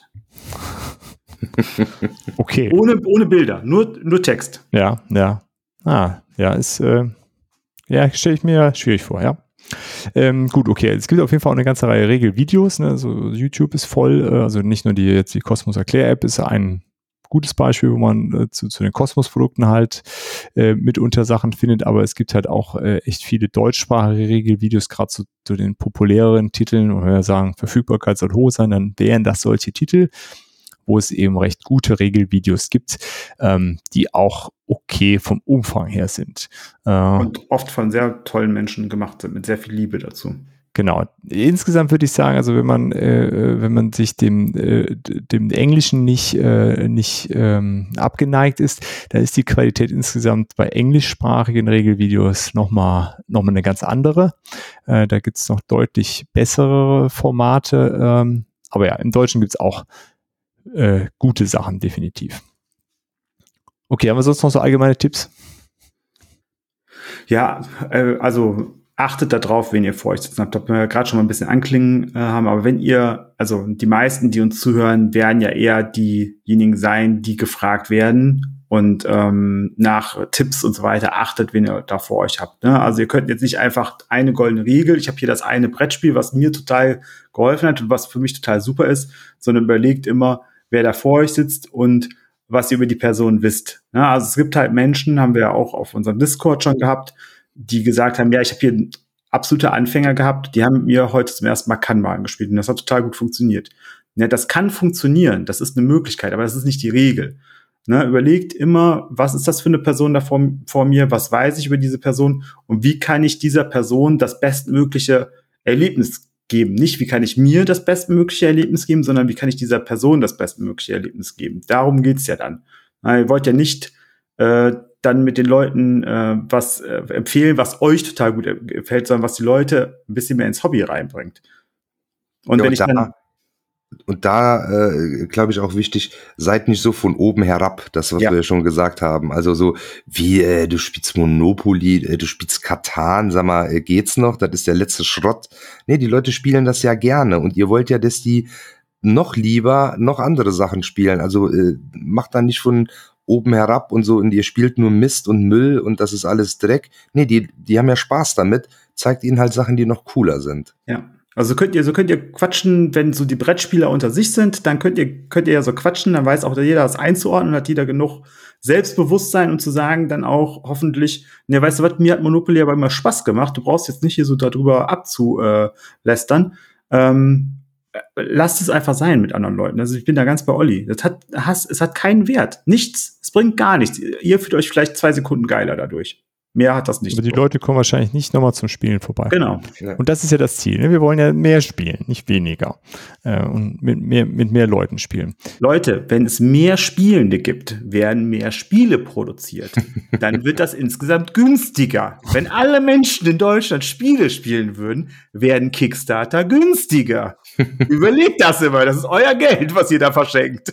Okay. Ohne, ohne Bilder, nur, nur Text. Ja, ja. Ah, ja, ist, äh, ja, stelle ich mir schwierig vor, ja. Ähm, gut, okay. Es gibt auf jeden Fall auch eine ganze Reihe Regelvideos. Ne? Also YouTube ist voll. Äh, also nicht nur die jetzt die Cosmos Erklär-App ist ein gutes Beispiel, wo man äh, zu, zu den Cosmos-Produkten halt äh, mitunter Sachen findet. Aber es gibt halt auch äh, echt viele deutschsprachige Regelvideos, gerade zu, zu den populäreren Titeln. Und wenn wir sagen, Verfügbarkeit soll hoch sein, dann wären das solche Titel, wo es eben recht gute Regelvideos gibt, ähm, die auch okay vom Umfang her sind. Äh, Und oft von sehr tollen Menschen gemacht sind, mit sehr viel Liebe dazu. Genau. Insgesamt würde ich sagen, also wenn man, äh, wenn man sich dem, äh, dem Englischen nicht, äh, nicht ähm, abgeneigt ist, da ist die Qualität insgesamt bei englischsprachigen Regelvideos nochmal noch mal eine ganz andere. Äh, da gibt es noch deutlich bessere Formate. Ähm, aber ja, im Deutschen gibt es auch äh, gute Sachen, definitiv. Okay, haben wir sonst noch so allgemeine Tipps? Ja, äh, also achtet darauf, wen ihr vor euch sitzen habt. Da wir gerade schon mal ein bisschen anklingen äh, haben. Aber wenn ihr, also die meisten, die uns zuhören, werden ja eher diejenigen sein, die gefragt werden und ähm, nach Tipps und so weiter achtet, wen ihr da vor euch habt. Ne? Also ihr könnt jetzt nicht einfach eine goldene Regel, ich habe hier das eine Brettspiel, was mir total geholfen hat und was für mich total super ist, sondern überlegt immer, wer da vor euch sitzt und was ihr über die Person wisst. Ja, also es gibt halt Menschen, haben wir ja auch auf unserem Discord schon gehabt, die gesagt haben, ja, ich habe hier absolute Anfänger gehabt, die haben mit mir heute zum ersten Mal Kanban gespielt und das hat total gut funktioniert. Ja, das kann funktionieren, das ist eine Möglichkeit, aber das ist nicht die Regel. Ne, überlegt immer, was ist das für eine Person da vor, vor mir, was weiß ich über diese Person und wie kann ich dieser Person das bestmögliche Erlebnis geben. Nicht, wie kann ich mir das bestmögliche Erlebnis geben, sondern wie kann ich dieser Person das bestmögliche Erlebnis geben. Darum geht's ja dann. Na, ihr wollt ja nicht äh, dann mit den Leuten äh, was äh, empfehlen, was euch total gut gefällt, sondern was die Leute ein bisschen mehr ins Hobby reinbringt. Und ja, wenn und ich da, dann und da äh, glaube ich auch wichtig, seid nicht so von oben herab, das was Ja. wir ja schon gesagt haben. Also so wie äh, du spielst Monopoly, äh, du spielst Katan, sag mal, äh, geht's noch? Das ist der letzte Schrott. Nee, die Leute spielen das ja gerne und ihr wollt ja, dass die noch lieber noch andere Sachen spielen. Also äh, macht da nicht von oben herab und so und ihr spielt nur Mist und Müll und das ist alles Dreck. Nee, die, die haben ja Spaß damit. Zeigt ihnen halt Sachen, die noch cooler sind. Ja. Also könnt ihr, so könnt ihr quatschen, wenn so die Brettspieler unter sich sind, dann könnt ihr, könnt ihr ja so quatschen, dann weiß auch jeder das einzuordnen, hat jeder genug Selbstbewusstsein und zu sagen dann auch hoffentlich, ne, weißt du was, mir hat Monopoly aber immer Spaß gemacht, du brauchst jetzt nicht hier so darüber abzulästern, ähm, lasst es einfach sein mit anderen Leuten. Also ich bin da ganz bei Olli. Das hat, has, es hat keinen Wert. Nichts. Es bringt gar nichts. Ihr fühlt euch vielleicht zwei Sekunden geiler dadurch. Mehr hat das nicht. Aber die Leute kommen wahrscheinlich nicht nochmal zum Spielen vorbei. Genau. Ja. Und das ist ja das Ziel. Ne? Wir wollen ja mehr spielen, nicht weniger. Äh, und mit mehr, mit mehr Leuten spielen. Leute, wenn es mehr Spielende gibt, werden mehr Spiele produziert. Dann wird das insgesamt günstiger. Wenn alle Menschen in Deutschland Spiele spielen würden, werden Kickstarter günstiger. Überlegt das immer. Das ist euer Geld, was ihr da verschenkt.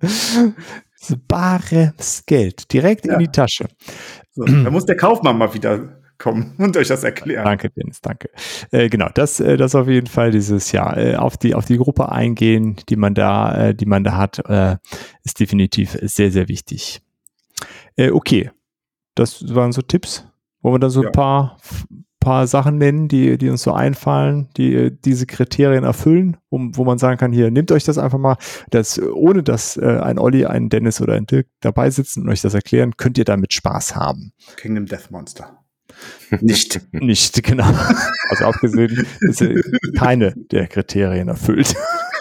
Das ist bares Geld. Direkt Ja. in die Tasche. So, da muss der Kaufmann mal wieder kommen und euch das erklären. Danke, Dennis, danke. Äh, genau, das, äh, das auf jeden Fall dieses Jahr äh, auf die auf die Gruppe eingehen, die man da, äh, die man da hat, äh, ist definitiv sehr, sehr wichtig. Äh, okay, das waren so Tipps. Wollen wir dann so Ja. ein paar paar Sachen nennen, die die uns so einfallen, die äh, diese Kriterien erfüllen, wo, wo man sagen kann, hier nehmt euch das einfach mal, dass ohne dass äh, ein Olli, ein Dennis oder ein Dirk dabei sitzen und euch das erklären, könnt ihr damit Spaß haben. Kingdom Death Monster. Nicht. Nicht, genau. Also abgesehen, dass er keine der Kriterien erfüllt.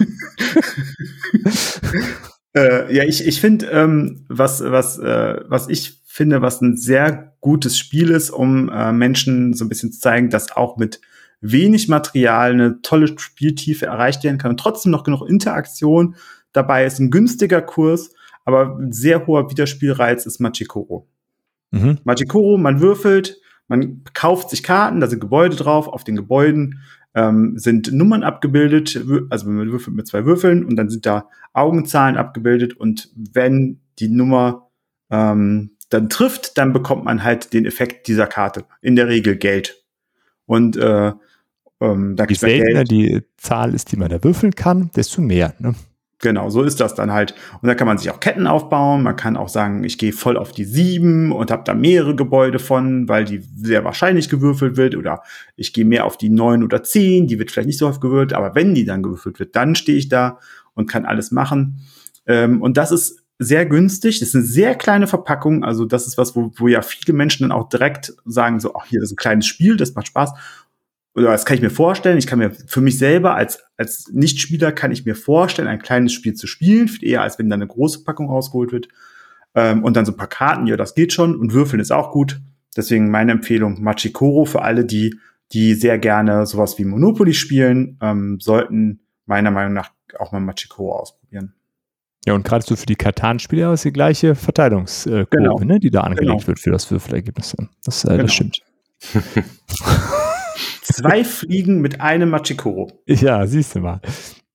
äh, ja, ich, ich finde, ähm, was, was, äh, was ich finde, was ein sehr gutes Spiel ist, um äh, Menschen so ein bisschen zu zeigen, dass auch mit wenig Material eine tolle Spieltiefe erreicht werden kann und trotzdem noch genug Interaktion dabei ist. Ein günstiger Kurs, aber ein sehr hoher Wiederspielreiz ist Machikoro. Mhm. Machikoro, man würfelt, man kauft sich Karten, da sind Gebäude drauf, auf den Gebäuden ähm, sind Nummern abgebildet, also man würfelt mit zwei Würfeln und dann sind da Augenzahlen abgebildet und wenn die Nummer ähm, dann trifft, dann bekommt man halt den Effekt dieser Karte, in der Regel Geld. Und äh, ähm, da Je gibt's dann seltener Geld. die Zahl ist, die man da würfeln kann, desto mehr. Ne? Genau, so ist das dann halt. Und da kann man sich auch Ketten aufbauen. Man kann auch sagen, ich gehe voll auf die sieben und habe da mehrere Gebäude von, weil die sehr wahrscheinlich gewürfelt wird. Oder ich gehe mehr auf die neun oder zehn, die wird vielleicht nicht so oft gewürfelt. Aber wenn die dann gewürfelt wird, dann stehe ich da und kann alles machen. Ähm, und das ist sehr günstig. Das ist eine sehr kleine Verpackung. Also das ist was, wo, wo ja viele Menschen dann auch direkt sagen, so, ach, hier, das ist ein kleines Spiel, das macht Spaß. Oder das kann ich mir vorstellen. Ich kann mir für mich selber als, als Nichtspieler kann ich mir vorstellen, ein kleines Spiel zu spielen, viel eher als wenn da eine große Packung rausgeholt wird. Ähm, und dann so ein paar Karten, ja, das geht schon. Und Würfeln ist auch gut. Deswegen meine Empfehlung, Machikoro für alle, die die sehr gerne sowas wie Monopoly spielen, ähm, sollten meiner Meinung nach auch mal Machikoro ausprobieren. Ja, und gerade so für die Katan-Spieler ist die gleiche Verteilungskurve, Genau. ne, die da angelegt Genau. wird für das Würfelergebnis. Das, äh, Genau. das stimmt. Zwei Fliegen mit einem Machikoro. Ja, siehst du mal.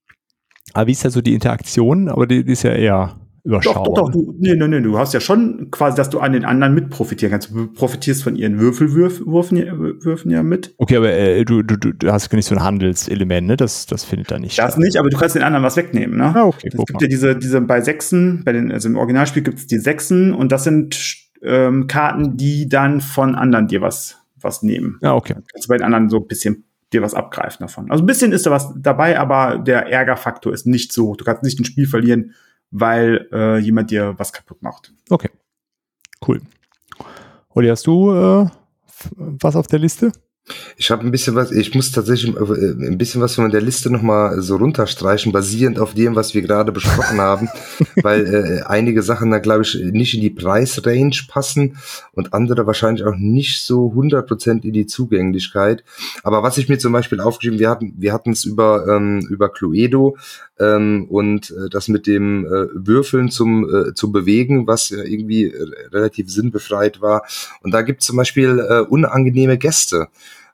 Aber wie ist da so die Interaktion? Aber die, die ist ja eher überschaubar. Doch, doch, doch. Du, nee, nee, nee, du hast ja schon quasi, dass du an den anderen mit profitieren kannst. Du profitierst von ihren Würfelwürfen Würfen ja mit. Okay, aber äh, du, du, du hast nicht so ein Handelselement, ne? Das, das findet da nicht Das statt. nicht, aber du kannst den anderen was wegnehmen, ne? Ah, okay, Es guck gibt mal. ja diese, diese bei Sechsen, bei den, also im Originalspiel gibt es die Sechsen und das sind ähm, Karten, die dann von anderen dir was, was nehmen. Ja, okay. Kannst du bei den anderen so ein bisschen dir was abgreifen davon. Also ein bisschen ist da was dabei, aber der Ärgerfaktor ist nicht so hoch. Du kannst nicht ein Spiel verlieren, weil äh, jemand dir was kaputt macht. Okay. Cool. Olli, hast du äh, was auf der Liste? Ich habe ein bisschen was, ich muss tatsächlich äh, ein bisschen was von der Liste nochmal so runterstreichen, basierend auf dem, was wir gerade besprochen haben, weil äh, einige Sachen da, glaube ich, nicht in die Preisrange passen und andere wahrscheinlich auch nicht so hundert Prozent in die Zugänglichkeit. Aber was ich mir zum Beispiel aufgeschrieben, wir hatten wir hatten es über ähm, über Cluedo ähm, und äh, das mit dem äh, Würfeln zum äh, zu bewegen, was ja irgendwie äh, relativ sinnbefreit war. Und da gibt es zum Beispiel äh, unangenehme Gäste.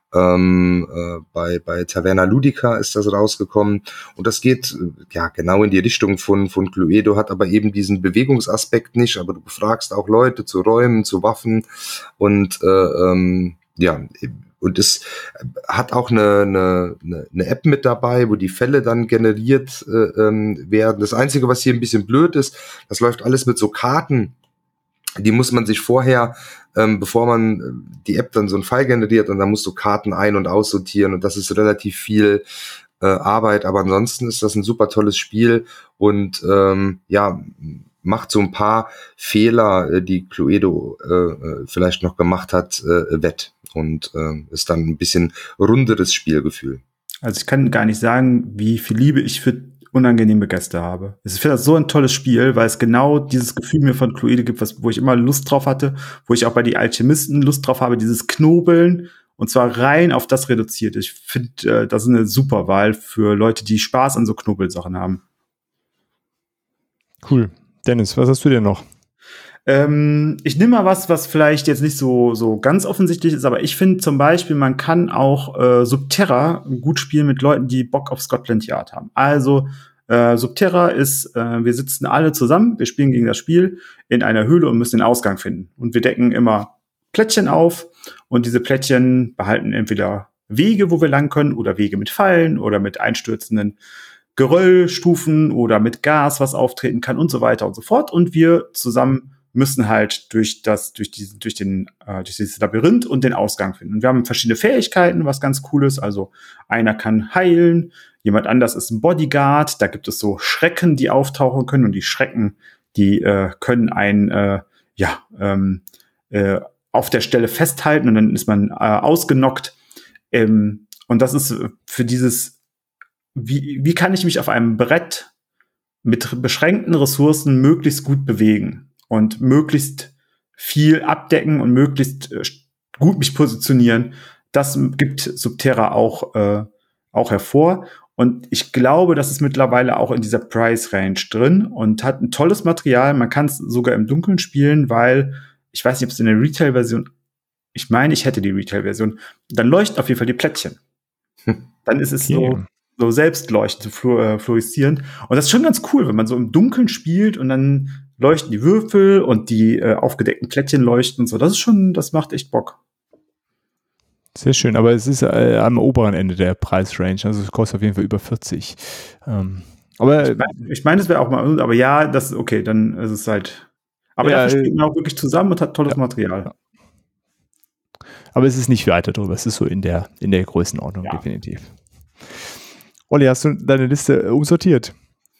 Ähm, äh, bei bei Taverna Ludica ist das rausgekommen und das geht äh, ja genau in die Richtung von von Cluedo, hat aber eben diesen Bewegungsaspekt nicht, aber du befragst auch Leute zu Räumen, zu Waffen und äh, ähm, ja, und es hat auch eine, eine, eine App mit dabei, wo die Fälle dann generiert äh, ähm, werden. Das Einzige, was hier ein bisschen blöd ist, das läuft alles mit so Karten. Die muss man sich vorher, ähm, bevor man äh, die App dann so einen Fall generiert und dann musst du Karten ein- und aussortieren und das ist relativ viel äh, Arbeit, aber ansonsten ist das ein super tolles Spiel und ähm, ja, macht so ein paar Fehler, äh, die Cluedo äh, vielleicht noch gemacht hat, äh, wett und äh, ist dann ein bisschen runderes Spielgefühl. Also ich kann gar nicht sagen, wie viel Liebe ich für unangenehme Gäste habe. Ich finde das so ein tolles Spiel, weil es genau dieses Gefühl mir von Cluedo gibt, was, wo ich immer Lust drauf hatte, wo ich auch bei die Alchemisten Lust drauf habe, dieses Knobeln und zwar rein auf das reduziert. Ich finde, äh, das ist eine super Wahl für Leute, die Spaß an so Knobelsachen haben. Cool. Dennis, was hast du denn noch? Ähm, ich nehme mal was, was vielleicht jetzt nicht so, so ganz offensichtlich ist, aber ich finde zum Beispiel, man kann auch äh, Subterra gut spielen mit Leuten, die Bock auf Scotland Yard haben. Also äh, Subterra ist, äh, wir sitzen alle zusammen, wir spielen gegen das Spiel in einer Höhle und müssen den Ausgang finden. Und wir decken immer Plättchen auf und diese Plättchen behalten entweder Wege, wo wir lang können, oder Wege mit Fallen oder mit einstürzenden Geröllstufen oder mit Gas, was auftreten kann und so weiter und so fort. Und wir zusammen müssen halt durch das, durch diesen, durch den, äh, durch dieses Labyrinth und den Ausgang finden. Und wir haben verschiedene Fähigkeiten, was ganz cool ist. Also einer kann heilen, jemand anders ist ein Bodyguard. Da gibt es so Schrecken, die auftauchen können und die Schrecken, die äh, können einen, äh, ja, ähm, äh, auf der Stelle festhalten und dann ist man äh, ausgenockt. Ähm, und das ist für dieses, wie, wie kann ich mich auf einem Brett mit beschränkten Ressourcen möglichst gut bewegen und möglichst viel abdecken und möglichst äh, gut mich positionieren. Das gibt Subterra auch, äh, auch hervor. Und ich glaube, das ist mittlerweile auch in dieser Price-Range drin und hat ein tolles Material. Man kann es sogar im Dunkeln spielen, weil ich weiß nicht, ob es in der Retail-Version, ich meine, ich hätte die Retail-Version, dann leuchten auf jeden Fall die Plättchen. Dann ist es Okay. so, so selbstleuchtend, so flu äh, fluoreszierend. Und das ist schon ganz cool, wenn man so im Dunkeln spielt und dann leuchten die Würfel und die äh, aufgedeckten Plättchen leuchten und so. Das ist schon, das macht echt Bock. Sehr schön, aber es ist äh, am oberen Ende der Preisrange, also es kostet auf jeden Fall über vierzig. Ähm, aber Ich meine, ich mein, das wäre auch mal, aber ja, das okay, dann ist es halt. Aber Ja, dafür äh, spielt man auch wirklich zusammen und hat tolles ja, Material. ja. Aber es ist nicht weiter drüber, es ist so in der, in der Größenordnung, Ja. definitiv. Olli, hast du deine Liste äh, umsortiert?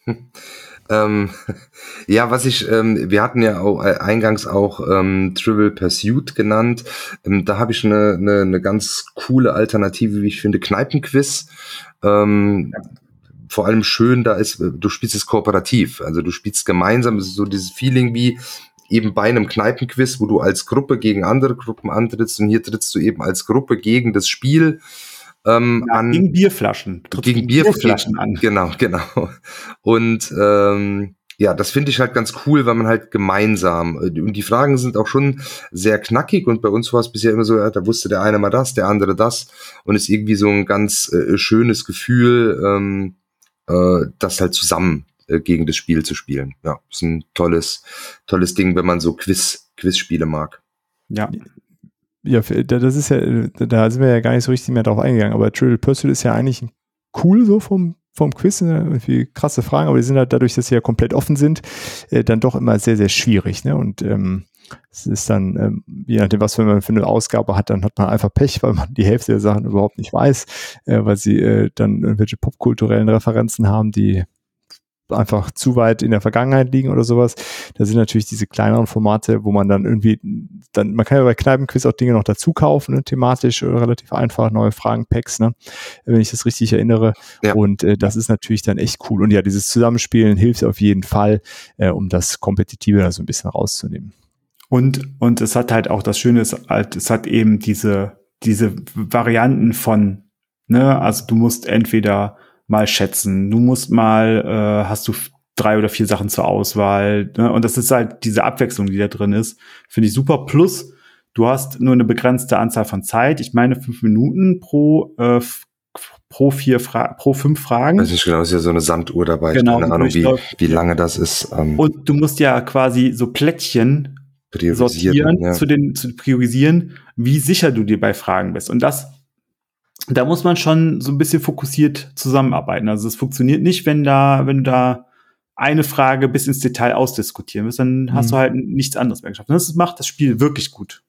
Ähm, ja, was ich, ähm, wir hatten ja auch äh, eingangs auch ähm, Trivial Pursuit genannt. Ähm, da habe ich eine, eine, eine ganz coole Alternative, wie ich finde, Kneipenquiz. Ähm, vor allem schön, da ist, du spielst es kooperativ, also du spielst gemeinsam, es ist so dieses Feeling wie, eben bei einem Kneipenquiz, wo du als Gruppe gegen andere Gruppen antrittst und hier trittst du eben als Gruppe gegen das Spiel ähm, ja, an. Gegen Bierflaschen. Gegen Bierflaschen an. Genau, genau. Und ähm, ja, das finde ich halt ganz cool, weil man halt gemeinsam, und die Fragen sind auch schon sehr knackig und bei uns war es bisher immer so, ja, da wusste der eine mal das, der andere das und ist irgendwie so ein ganz äh, schönes Gefühl, ähm, äh, das halt zusammen äh, gegen das Spiel zu spielen. Ja, ist ein tolles, tolles Ding, wenn man so Quiz, Quizspiele mag. Ja. Ja, das ist ja, da sind wir ja gar nicht so richtig mehr drauf eingegangen, aber Trivial Pursuit ist ja eigentlich cool so vom vom Quiz, irgendwie krasse Fragen, aber die sind halt dadurch, dass sie ja komplett offen sind, äh, dann doch immer sehr, sehr schwierig, ne? Und ähm, es ist dann, ähm, je nachdem, was man für eine Ausgabe hat, dann hat man einfach Pech, weil man die Hälfte der Sachen überhaupt nicht weiß, äh, weil sie äh, dann irgendwelche popkulturellen Referenzen haben, die einfach zu weit in der Vergangenheit liegen oder sowas. Da sind natürlich diese kleineren Formate, wo man dann irgendwie, dann, man kann ja bei Kneipenquiz auch Dinge noch dazu kaufen, ne, thematisch relativ einfach, neue Fragen-Packs, ne, wenn ich das richtig erinnere. Ja. Und äh, das ist natürlich dann echt cool. Und ja, dieses Zusammenspielen hilft auf jeden Fall, äh, um das Kompetitive so ein bisschen rauszunehmen. Und, und es hat halt auch das Schöne ist halt, es hat eben diese, diese Varianten von, ne, also du musst entweder mal schätzen, du musst mal, äh, hast du drei oder vier Sachen zur Auswahl, ne? Und das ist halt diese Abwechslung, die da drin ist, finde ich super. Plus, du hast nur eine begrenzte Anzahl von Zeit, ich meine fünf Minuten pro äh, pro vier Fra- pro fünf Fragen. Das ist genau, ist ja so eine Sanduhr dabei, genau, keine Ahnung, wie, wie lange das ist. Ähm Und du musst ja quasi so Plättchen sortieren, ja. zu den zu priorisieren, wie sicher du dir bei Fragen bist. Und das da muss man schon so ein bisschen fokussiert zusammenarbeiten. Also es funktioniert nicht, wenn da, wenn du da eine Frage bis ins Detail ausdiskutieren willst, dann mhm. hast du halt nichts anderes mehr geschafft. Und das macht das Spiel wirklich gut.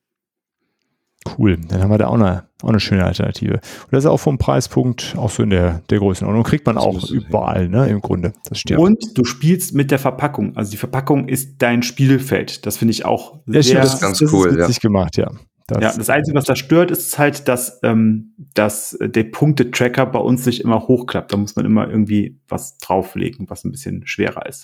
Cool, dann haben wir da auch eine, auch eine schöne Alternative. Und das ist auch vom Preispunkt auch so in der, der Größenordnung. Kriegt man auch überall, ne, im Grunde. Das stimmt. Und du spielst mit der Verpackung. Also die Verpackung ist dein Spielfeld. Das finde ich auch ja, sehr das ist ganz das cool. Das ist witzig ja. gemacht, ja. Das, ja, das Einzige, was da stört, ist halt, dass, ähm, dass der Punktetracker bei uns nicht immer hochklappt. Da muss man immer irgendwie was drauflegen, was ein bisschen schwerer ist.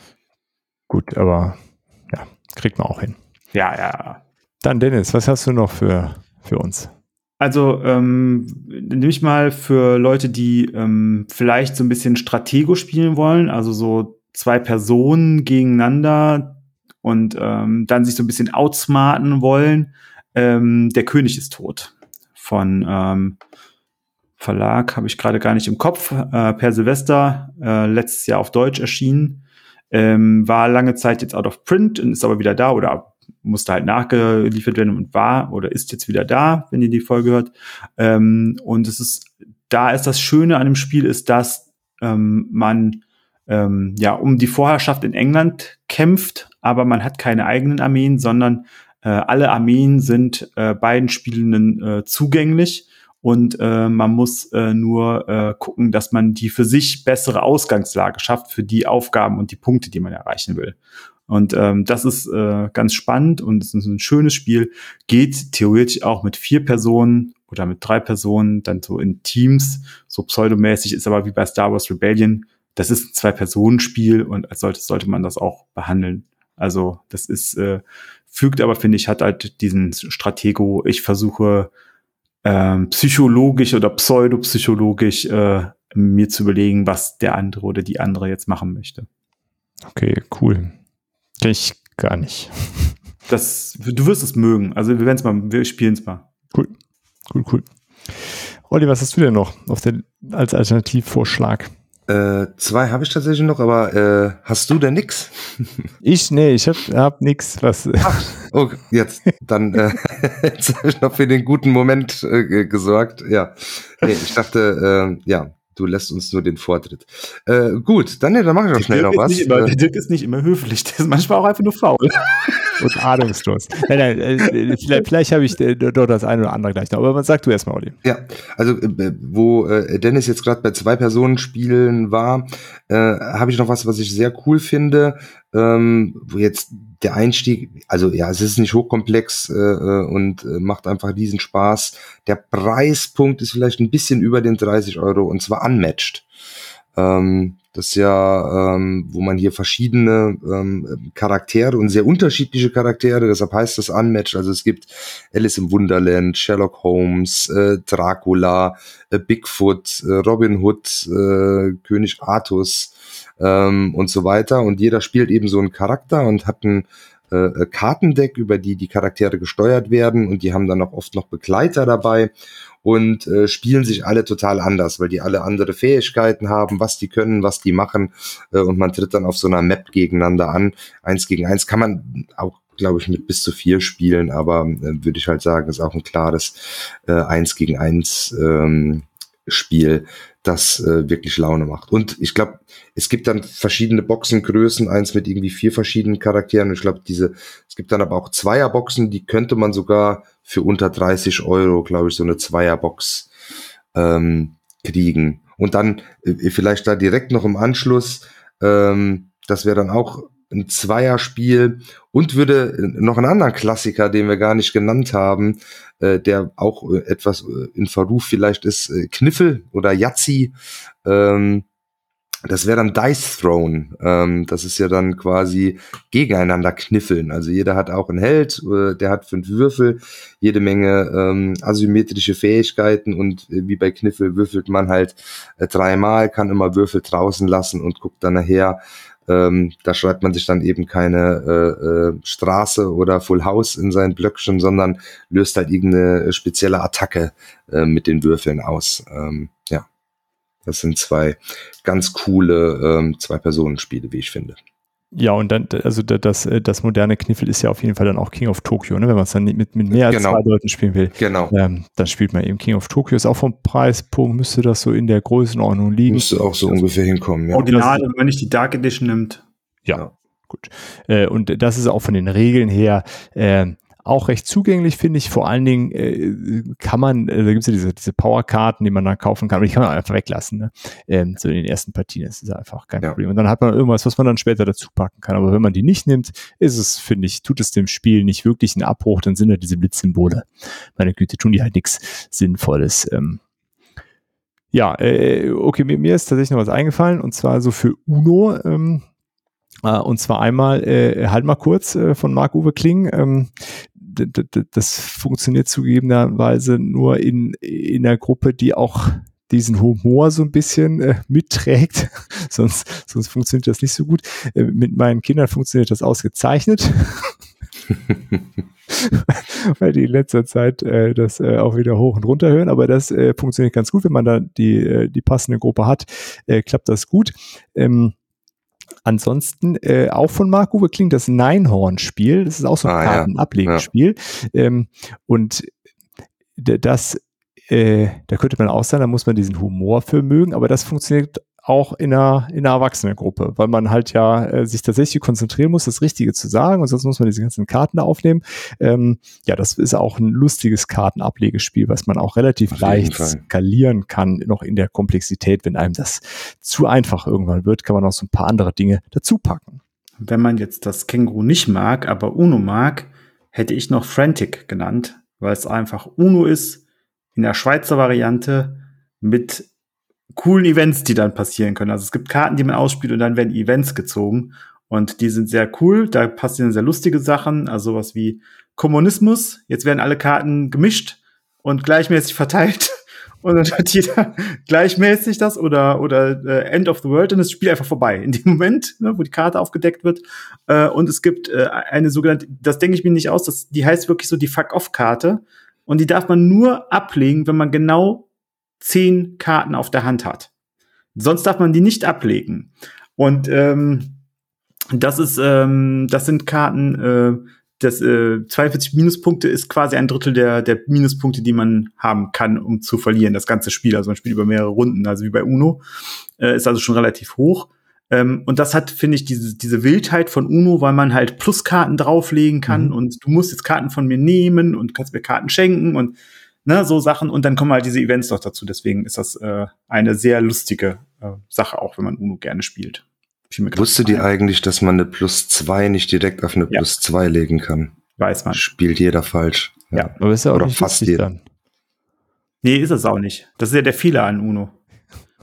Gut, aber ja, kriegt man auch hin. Ja, ja. Dann Dennis, was hast du noch für, für uns? Also, ähm, nehme ich mal für Leute, die ähm, vielleicht so ein bisschen Stratego spielen wollen, also so zwei Personen gegeneinander und ähm, dann sich so ein bisschen outsmarten wollen. Ähm, Der König ist tot von ähm, Verlag, habe ich gerade gar nicht im Kopf, äh, Per Silvester, äh, letztes Jahr auf Deutsch erschienen, ähm, war lange Zeit jetzt out of print und ist aber wieder da oder musste halt nachgeliefert werden und war oder ist jetzt wieder da, wenn ihr die Folge hört. Ähm, und es ist, da ist das Schöne an dem Spiel, ist, dass ähm, man ähm, ja um die Vorherrschaft in England kämpft, aber man hat keine eigenen Armeen, sondern Äh, alle Armeen sind äh, beiden Spielenden äh, zugänglich und äh, man muss äh, nur äh, gucken, dass man die für sich bessere Ausgangslage schafft für die Aufgaben und die Punkte, die man erreichen will. Und ähm, das ist äh, ganz spannend und es ist ein schönes Spiel. Geht theoretisch auch mit vier Personen oder mit drei Personen, dann so in Teams, so pseudomäßig, ist aber wie bei Star Wars Rebellion. Das ist ein Zwei-Personen-Spiel und als solches sollte man das auch behandeln. Also das ist äh, fügt aber, finde ich, hat halt diesen Stratego, ich versuche ähm, psychologisch oder pseudopsychologisch äh, mir zu überlegen, was der andere oder die andere jetzt machen möchte. Okay, cool. Kenn ich gar nicht. Das, du wirst es mögen. Also wir werden es mal, wir spielen es mal. Cool, cool, cool. Olli, was hast du denn noch auf der, als Alternativvorschlag? Äh, zwei habe ich tatsächlich noch, aber äh, hast du denn nix? Ich, nee, ich hab, hab nix. Was? Ach, oh, jetzt, dann äh, jetzt habe ich noch für den guten Moment äh, gesorgt. Ja, nee, ich dachte, äh, ja, du lässt uns nur den Vortritt. Äh, gut, dann, nee, dann mache ich auch schnell noch was. Immer, der Dirk ist nicht immer höflich, der ist manchmal auch einfach nur faul. Und ahnungslos. Nein, nein, äh, vielleicht, vielleicht habe ich äh, dort das eine oder andere gleich noch, aber sag du erstmal, Olli. Ja, also äh, wo äh, Dennis jetzt gerade bei zwei Personen spielen war, äh, habe ich noch was, was ich sehr cool finde, ähm, wo jetzt der Einstieg, also ja, es ist nicht hochkomplex äh, und äh, macht einfach diesen Spaß. Der Preispunkt ist vielleicht ein bisschen über den dreißig Euro und zwar Unmatched. Ähm, Das ist ja, ähm, wo man hier verschiedene ähm, Charaktere und sehr unterschiedliche Charaktere, deshalb heißt das Unmatched. Also es gibt Alice im Wunderland, Sherlock Holmes, äh, Dracula, äh, Bigfoot, äh, Robin Hood, äh, König Artus ähm, und so weiter. Und jeder spielt eben so einen Charakter und hat ein äh, Kartendeck, über die die Charaktere gesteuert werden, und die haben dann auch oft noch Begleiter dabei. Und äh, spielen sich alle total anders, weil die alle andere Fähigkeiten haben, was die können, was die machen. Äh, und man tritt dann auf so einer Map gegeneinander an. Eins gegen eins kann man auch, glaube ich, mit bis zu vier spielen, aber äh, würde ich halt sagen, ist auch ein klares äh, Eins gegen eins ähm, Spiel, das äh, wirklich Laune macht. Und ich glaube, es gibt dann verschiedene Boxengrößen, eins mit irgendwie vier verschiedenen Charakteren. Und ich glaube, diese, es gibt dann aber auch Zweierboxen, die könnte man sogar für unter dreißig Euro, glaube ich, so eine Zweierbox ähm, kriegen. Und dann äh, vielleicht da direkt noch im Anschluss, ähm, das wäre dann auch ein Zweierspiel, und würde noch einen anderen Klassiker, den wir gar nicht genannt haben, äh, der auch äh, etwas in Verruf vielleicht ist, äh, Kniffel oder Yahtzee. Ähm, das wäre dann Dice Throne. Ähm, das ist ja dann quasi gegeneinander kniffeln. Also jeder hat auch einen Held, äh, der hat fünf Würfel, jede Menge ähm, asymmetrische Fähigkeiten, und äh, wie bei Kniffel würfelt man halt äh, dreimal, kann immer Würfel draußen lassen und guckt dann nachher. Ähm, da schreibt man sich dann eben keine äh, äh, Straße oder Full House in sein Blöckchen, sondern löst halt irgendeine spezielle Attacke äh, mit den Würfeln aus. Ähm, ja, das sind zwei ganz coole ähm, Zwei-Personen-Spiele, wie ich finde. Ja, und dann, also das, das moderne Kniffel ist ja auf jeden Fall dann auch King of Tokyo, ne? Wenn man es dann mit, mit mehr als Genau. zwei Leuten spielen will. Genau. Ähm, dann spielt man eben King of Tokyo. Ist auch vom Preispunkt, müsste das so in der Größenordnung liegen. Müsste auch so ungefähr hinkommen, ja. Original, wenn man nicht die Dark Edition nimmt. Ja, Ja. gut. Äh, und das ist auch von den Regeln her äh, auch recht zugänglich, finde ich. Vor allen Dingen äh, kann man, äh, da gibt es ja diese, diese Powerkarten, die man dann kaufen kann, und die kann man einfach weglassen, ne? Ähm, so in den ersten Partien, das ist einfach kein Ja. Problem. Und dann hat man irgendwas, was man dann später dazu packen kann. Aber wenn man die nicht nimmt, ist es, finde ich, tut es dem Spiel nicht wirklich einen Abbruch, dann sind ja diese Blitzsymbole. Meine Güte, tun die halt nichts Sinnvolles. Ähm, ja, äh, okay, mir, mir ist tatsächlich noch was eingefallen, und zwar so für Uno, ähm, äh, und zwar einmal, äh, halt mal kurz, äh, von Marc-Uwe Kling, ähm, das funktioniert zugegebenerweise nur in, in einer Gruppe, die auch diesen Humor so ein bisschen äh, mitträgt. sonst, sonst funktioniert das nicht so gut. Äh, mit meinen Kindern funktioniert das ausgezeichnet. Weil die in letzter Zeit äh, das äh, auch wieder hoch und runter hören. Aber das äh, funktioniert ganz gut. Wenn man da die, äh, die passende Gruppe hat, äh, klappt das gut. Ähm, Ansonsten äh, auch von Marc-Uwe Kling das Neinhorn-Spiel. Das ist auch so ein Ah, Kartenablegespiel. Ja. Ähm, und d- das, äh, da könnte man auch sagen, da muss man diesen Humor für mögen, aber das funktioniert auch in einer, in einer Erwachsenengruppe, weil man halt ja äh, sich tatsächlich konzentrieren muss, das Richtige zu sagen, und sonst muss man diese ganzen Karten da aufnehmen. Ähm, ja, das ist auch ein lustiges Kartenablegespiel, was man auch relativ Auf leicht jeden Fall. skalieren kann, noch in der Komplexität. Wenn einem das zu einfach irgendwann wird, kann man auch so ein paar andere Dinge dazu packen. Wenn man jetzt das Känguru nicht mag, aber Uno mag, hätte ich noch Frantic genannt, weil es einfach Uno ist, in der Schweizer Variante mit coolen Events, die dann passieren können. Also es gibt Karten, die man ausspielt, und dann werden Events gezogen, und die sind sehr cool. Da passieren sehr lustige Sachen, also sowas wie Kommunismus. Jetzt werden alle Karten gemischt und gleichmäßig verteilt, und dann hat jeder gleichmäßig das, oder oder äh, End of the World, und das Spiel einfach vorbei in dem Moment, ne, wo die Karte aufgedeckt wird. Äh, und es gibt äh, eine sogenannte, das denke ich mir nicht aus, das, die heißt wirklich so die Fuck-Off-Karte, und die darf man nur ablegen, wenn man genau zehn Karten auf der Hand hat. Sonst darf man die nicht ablegen. Und ähm, das ist, ähm, das sind Karten, äh, das äh, zweiundvierzig Minuspunkte ist quasi ein Drittel der der Minuspunkte, die man haben kann, um zu verlieren, das ganze Spiel. Also man spielt über mehrere Runden, also wie bei Uno. Äh, ist also schon relativ hoch. Ähm, und das hat, finde ich, diese diese Wildheit von Uno, weil man halt Pluskarten drauflegen kann, mhm. und du musst jetzt Karten von mir nehmen und kannst mir Karten schenken und ne, so Sachen, und dann kommen halt diese Events noch dazu. Deswegen ist das äh, eine sehr lustige äh, Sache, auch wenn man Uno gerne spielt. Wusstet ihr eigentlich, dass man eine Plus zwei nicht direkt auf eine ja. Plus zwei legen kann? Weiß man. Spielt jeder falsch. Ja, ja, aber ist ja auch Oder nicht fast lustig jeder. Dann. Nee, ist es auch nicht. Das ist ja der Fehler an Uno.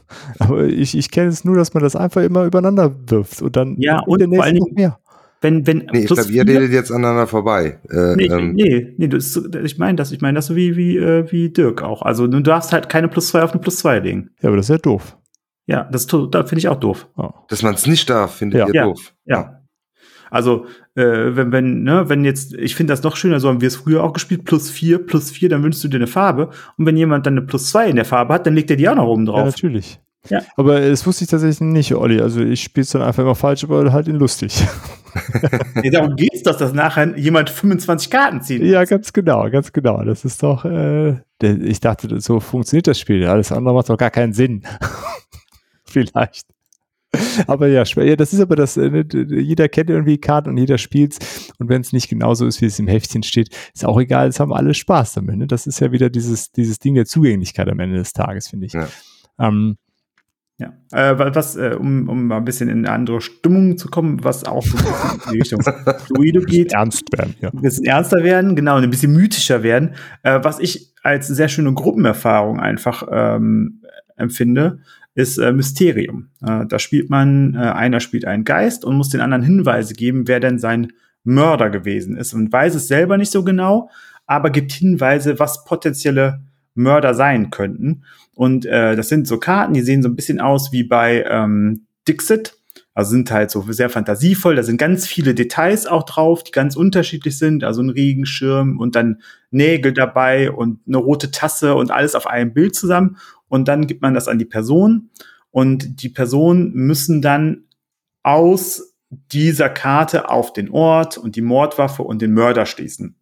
Aber ich, ich kenne es nur, dass man das einfach immer übereinander wirft und dann Ja, und der vor allen nächste noch Dingen, mehr. wenn, wenn, Nee, ich plus glaube, ihr vier- redet jetzt aneinander vorbei. Äh, Nee, ähm, nee, nee, das ist, ich meine das, ich meine das so wie, wie, äh, wie Dirk auch. Also du darfst halt keine plus zwei auf eine plus zwei legen. Ja, aber das ist ja doof. Ja, das tu- da finde ich auch doof. Oh. Dass man es nicht darf, findet Ja. ihr Ja, doof. ja. Also, äh, wenn, wenn, ne, wenn jetzt, ich finde das noch schöner, so haben wir es früher auch gespielt, plus vier, plus vier, dann wünschst du dir eine Farbe. Und wenn jemand dann eine plus zwei in der Farbe hat, dann legt er die auch noch oben Ja, drauf. natürlich. Ja. Aber das wusste ich tatsächlich nicht, Olli. Also ich spiele es dann einfach immer falsch, aber halt in lustig. Nee, darum geht's doch, dass nachher jemand fünfundzwanzig Karten zieht. Ja, ganz genau, ganz genau. Das ist doch, äh, der, ich dachte, so funktioniert das Spiel. Alles andere macht doch gar keinen Sinn. Vielleicht. Aber ja, schwer. Ja, das ist aber das, äh, jeder kennt irgendwie Karten und jeder spielt's. Und wenn es nicht genauso ist, wie es im Heftchen steht, ist auch egal, es haben alle Spaß damit. Ne? Das ist ja wieder dieses, dieses Ding der Zugänglichkeit am Ende des Tages, finde ich. Ja. Ähm, Ja, äh, was, äh, um, um mal ein bisschen in eine andere Stimmung zu kommen, was auch so ein bisschen in die Richtung Fluido geht. ernst werden, ja. Ein bisschen ernster werden, genau, und ein bisschen mythischer werden. Äh, was ich als sehr schöne Gruppenerfahrung einfach ähm, empfinde, ist äh, Mysterium. Äh, da spielt man, äh, einer spielt einen Geist und muss den anderen Hinweise geben, wer denn sein Mörder gewesen ist. Und weiß es selber nicht so genau, aber gibt Hinweise, was potenzielle Mörder sein könnten. Und äh, das sind so Karten, die sehen so ein bisschen aus wie bei ähm, Dixit. Also sind halt so sehr fantasievoll. Da sind ganz viele Details auch drauf, die ganz unterschiedlich sind. Also ein Regenschirm und dann Nägel dabei und eine rote Tasse und alles auf einem Bild zusammen. Und dann gibt man das an die Person. Und die Personen müssen dann aus dieser Karte auf den Ort und die Mordwaffe und den Mörder schließen.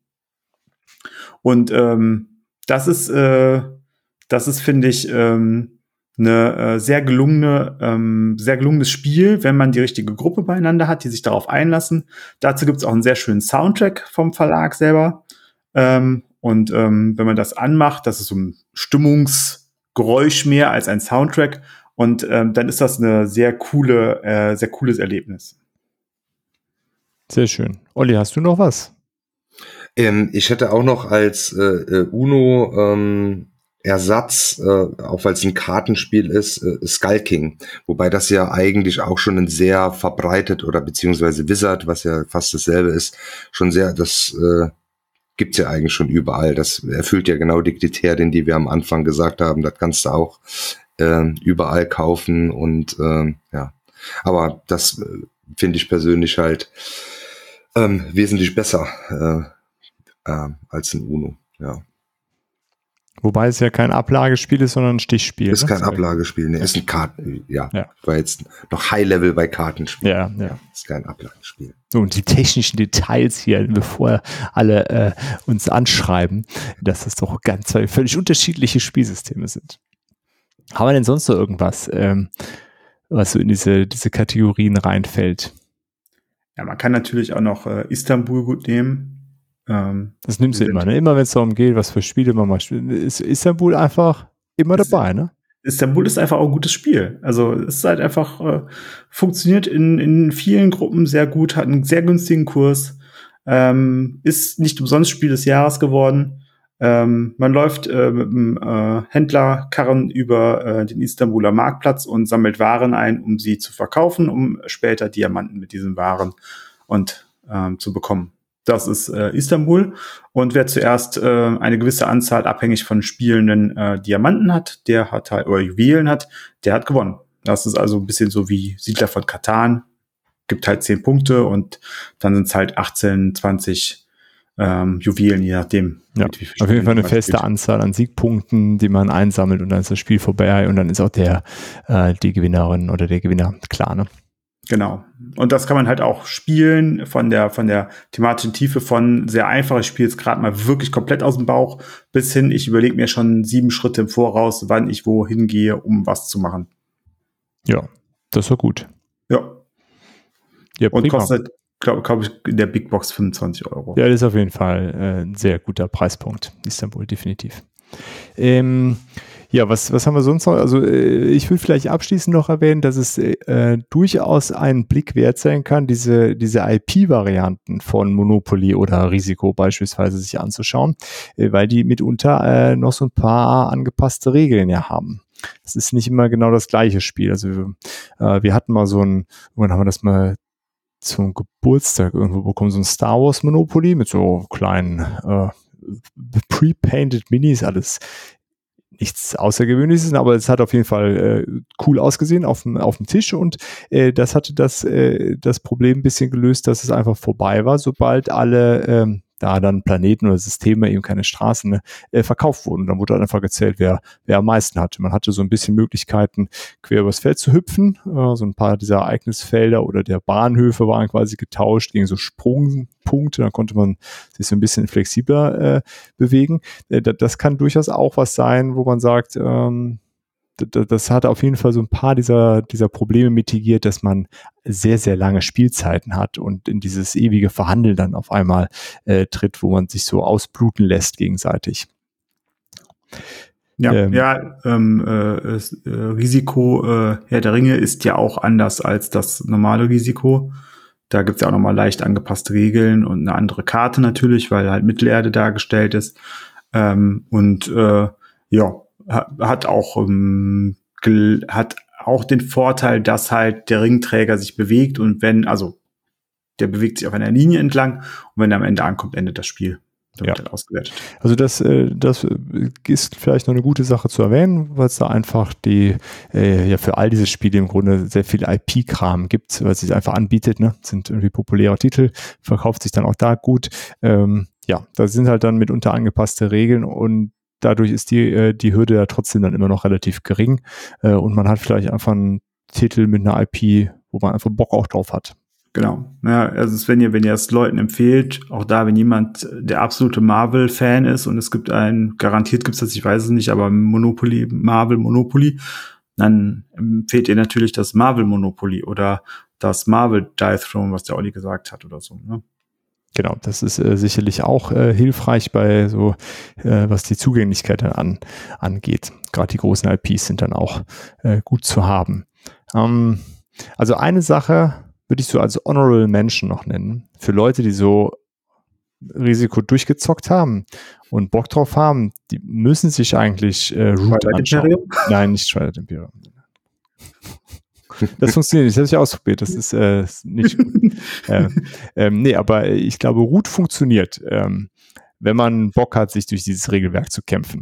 Und ähm, das ist, äh, das ist, finde ich, ähm, eine äh, sehr gelungene, ähm, sehr gelungenes Spiel, wenn man die richtige Gruppe beieinander hat, die sich darauf einlassen. Dazu gibt es auch einen sehr schönen Soundtrack vom Verlag selber. Ähm, und ähm, wenn man das anmacht, das ist so ein Stimmungsgeräusch mehr als ein Soundtrack. Und ähm, dann ist das eine sehr coole, äh, sehr cooles Erlebnis. Sehr schön. Olli, hast du noch was? Ähm, ich hätte auch noch als äh, Uno ähm, Ersatz, äh, auch weil es ein Kartenspiel ist, äh, Skull King. Wobei das ja eigentlich auch schon ein sehr verbreitet oder beziehungsweise Wizard, was ja fast dasselbe ist, schon sehr, das äh, gibt's ja eigentlich schon überall. Das erfüllt ja genau die Kriterien, die wir am Anfang gesagt haben. Das kannst du auch äh, überall kaufen und äh, ja. Aber das äh, finde ich persönlich halt ähm, wesentlich besser äh, äh, als ein Uno, ja. Wobei es ja kein Ablagespiel ist, sondern ein Stichspiel. Ist ne? kein Sorry. Ablagespiel, ne, ist ein Karten, ja, Ja. war jetzt noch High-Level bei Kartenspielen. Ja, ja. Ist kein Ablagespiel. So, und die technischen Details hier, bevor alle äh, uns anschreiben, dass das doch ganz zwei völlig unterschiedliche Spielsysteme sind. Haben wir denn sonst so irgendwas, ähm, was so in diese, diese Kategorien reinfällt? Ja, man kann natürlich auch noch äh, Istanbul gut nehmen. Ähm, Das nimmst du wir immer, sind- ne? Immer wenn es darum geht, was für Spiele man mal spielt, ist Istanbul einfach immer Das- dabei, ne? Istanbul ist einfach auch ein gutes Spiel. Also es ist halt einfach, äh, funktioniert in, in vielen Gruppen sehr gut, hat einen sehr günstigen Kurs, ähm, ist nicht umsonst Spiel des Jahres geworden. Ähm, man läuft äh, mit dem äh, Händlerkarren über äh, den Istanbuler Marktplatz und sammelt Waren ein, um sie zu verkaufen, um später Diamanten mit diesen Waren und ähm, zu bekommen. Das ist äh, Istanbul. Und wer zuerst äh, eine gewisse Anzahl abhängig von spielenden äh, Diamanten hat, der hat halt, oder Juwelen hat, der hat gewonnen. Das ist also ein bisschen so wie Siedler von Katan. Gibt halt zehn Punkte und dann sind es halt achtzehn, zwanzig ähm, Juwelen, je nachdem. Ja, mit wie viel auf jeden Spielen Fall eine man feste spielt. Anzahl an Siegpunkten, die man einsammelt und dann ist das Spiel vorbei und dann ist auch der, äh, die Gewinnerin oder der Gewinner klar, ne? Genau. Und das kann man halt auch spielen von der, von der thematischen Tiefe von sehr einfach. Ich spiele jetzt gerade mal wirklich komplett aus dem Bauch bis hin, ich überlege mir schon sieben Schritte im Voraus, wann ich wohin gehe, um was zu machen. Ja, das war gut. Ja. Ja, Und prima. kostet, glaube glaub ich, in der Big Box fünfundzwanzig Euro. Ja, das ist auf jeden Fall äh, ein sehr guter Preispunkt. Istanbul, definitiv. Ähm, ja, was, was haben wir sonst noch? Also äh, ich will vielleicht abschließend noch erwähnen, dass es äh, durchaus einen Blick wert sein kann, diese, diese I P-Varianten von Monopoly oder Risiko beispielsweise sich anzuschauen, äh, weil die mitunter äh, noch so ein paar angepasste Regeln ja haben. es ist nicht immer genau das gleiche Spiel. Also wir, äh, wir hatten mal so ein, wann haben wir das mal zum Geburtstag irgendwo bekommen, so ein Star Wars Monopoly mit so kleinen äh, pre-painted Minis, alles nichts Außergewöhnliches, aber es hat auf jeden Fall äh, cool ausgesehen auf dem, auf dem Tisch und äh, das hatte das, äh, das Problem ein bisschen gelöst, dass es einfach vorbei war, sobald alle ähm, da dann Planeten oder Systeme, eben keine Straßen, ne, äh, verkauft wurden. Dann wurde halt einfach gezählt, wer, wer am meisten hatte. Man hatte so ein bisschen Möglichkeiten, quer übers Feld zu hüpfen. Äh, so ein paar dieser Ereignisfelder oder der Bahnhöfe waren quasi getauscht gegen so Sprungpunkte. Dann konnte man sich so ein bisschen flexibler äh, bewegen. Äh, das kann durchaus auch was sein, wo man sagt, ähm, das hat auf jeden Fall so ein paar dieser, dieser Probleme mitigiert, dass man sehr, sehr lange Spielzeiten hat und in dieses ewige Verhandeln dann auf einmal äh, tritt, wo man sich so ausbluten lässt gegenseitig. Ja, ähm, ja ähm, äh, äh, Risiko äh, Herr der Ringe ist ja auch anders als das normale Risiko. Da gibt's ja auch nochmal leicht angepasste Regeln und eine andere Karte natürlich, weil halt Mittelerde dargestellt ist. Ähm, und äh, ja, hat auch ähm, hat auch den Vorteil, dass halt der Ringträger sich bewegt und wenn, also der bewegt sich auf einer Linie entlang und wenn er am Ende ankommt, endet das Spiel. Dann ja. wird dann ausgewertet. Also das, äh, das ist vielleicht noch eine gute Sache zu erwähnen, weil es da einfach die, äh, ja für all diese Spiele im Grunde sehr viel I P-Kram gibt, weil es sich einfach anbietet, ne? Sind irgendwie populäre Titel, verkauft sich dann auch da gut. Ähm, ja, da sind halt dann mitunter angepasste Regeln und dadurch ist die, äh, die Hürde ja trotzdem dann immer noch relativ gering äh, und man hat vielleicht einfach einen Titel mit einer I P, wo man einfach Bock auch drauf hat. Genau. Ja, also wenn ihr, wenn ihr es Leuten empfehlt, auch da, wenn jemand der absolute Marvel-Fan ist und es gibt einen, garantiert gibt's das, ich weiß es nicht, aber Monopoly, Marvel Monopoly, dann empfehlt ihr natürlich das Marvel Monopoly oder das Marvel Dice Throne, was der Olli gesagt hat oder so, ne? Genau, das ist äh, sicherlich auch äh, hilfreich bei so, äh, was die Zugänglichkeit dann an, angeht. Gerade die großen I Ps sind dann auch äh, gut zu haben. Ähm, also eine Sache würde ich so als Honorable Mention noch nennen. Für Leute, die so Risiko durchgezockt haben und Bock drauf haben, die müssen sich eigentlich äh, Root anschauen. Imperium? Nein, nicht Twilight Imperium. Das funktioniert nicht, das habe ich ausprobiert, das ist äh, nicht gut. äh, ähm, nee, aber ich glaube, Root funktioniert, ähm, wenn man Bock hat, sich durch dieses Regelwerk zu kämpfen.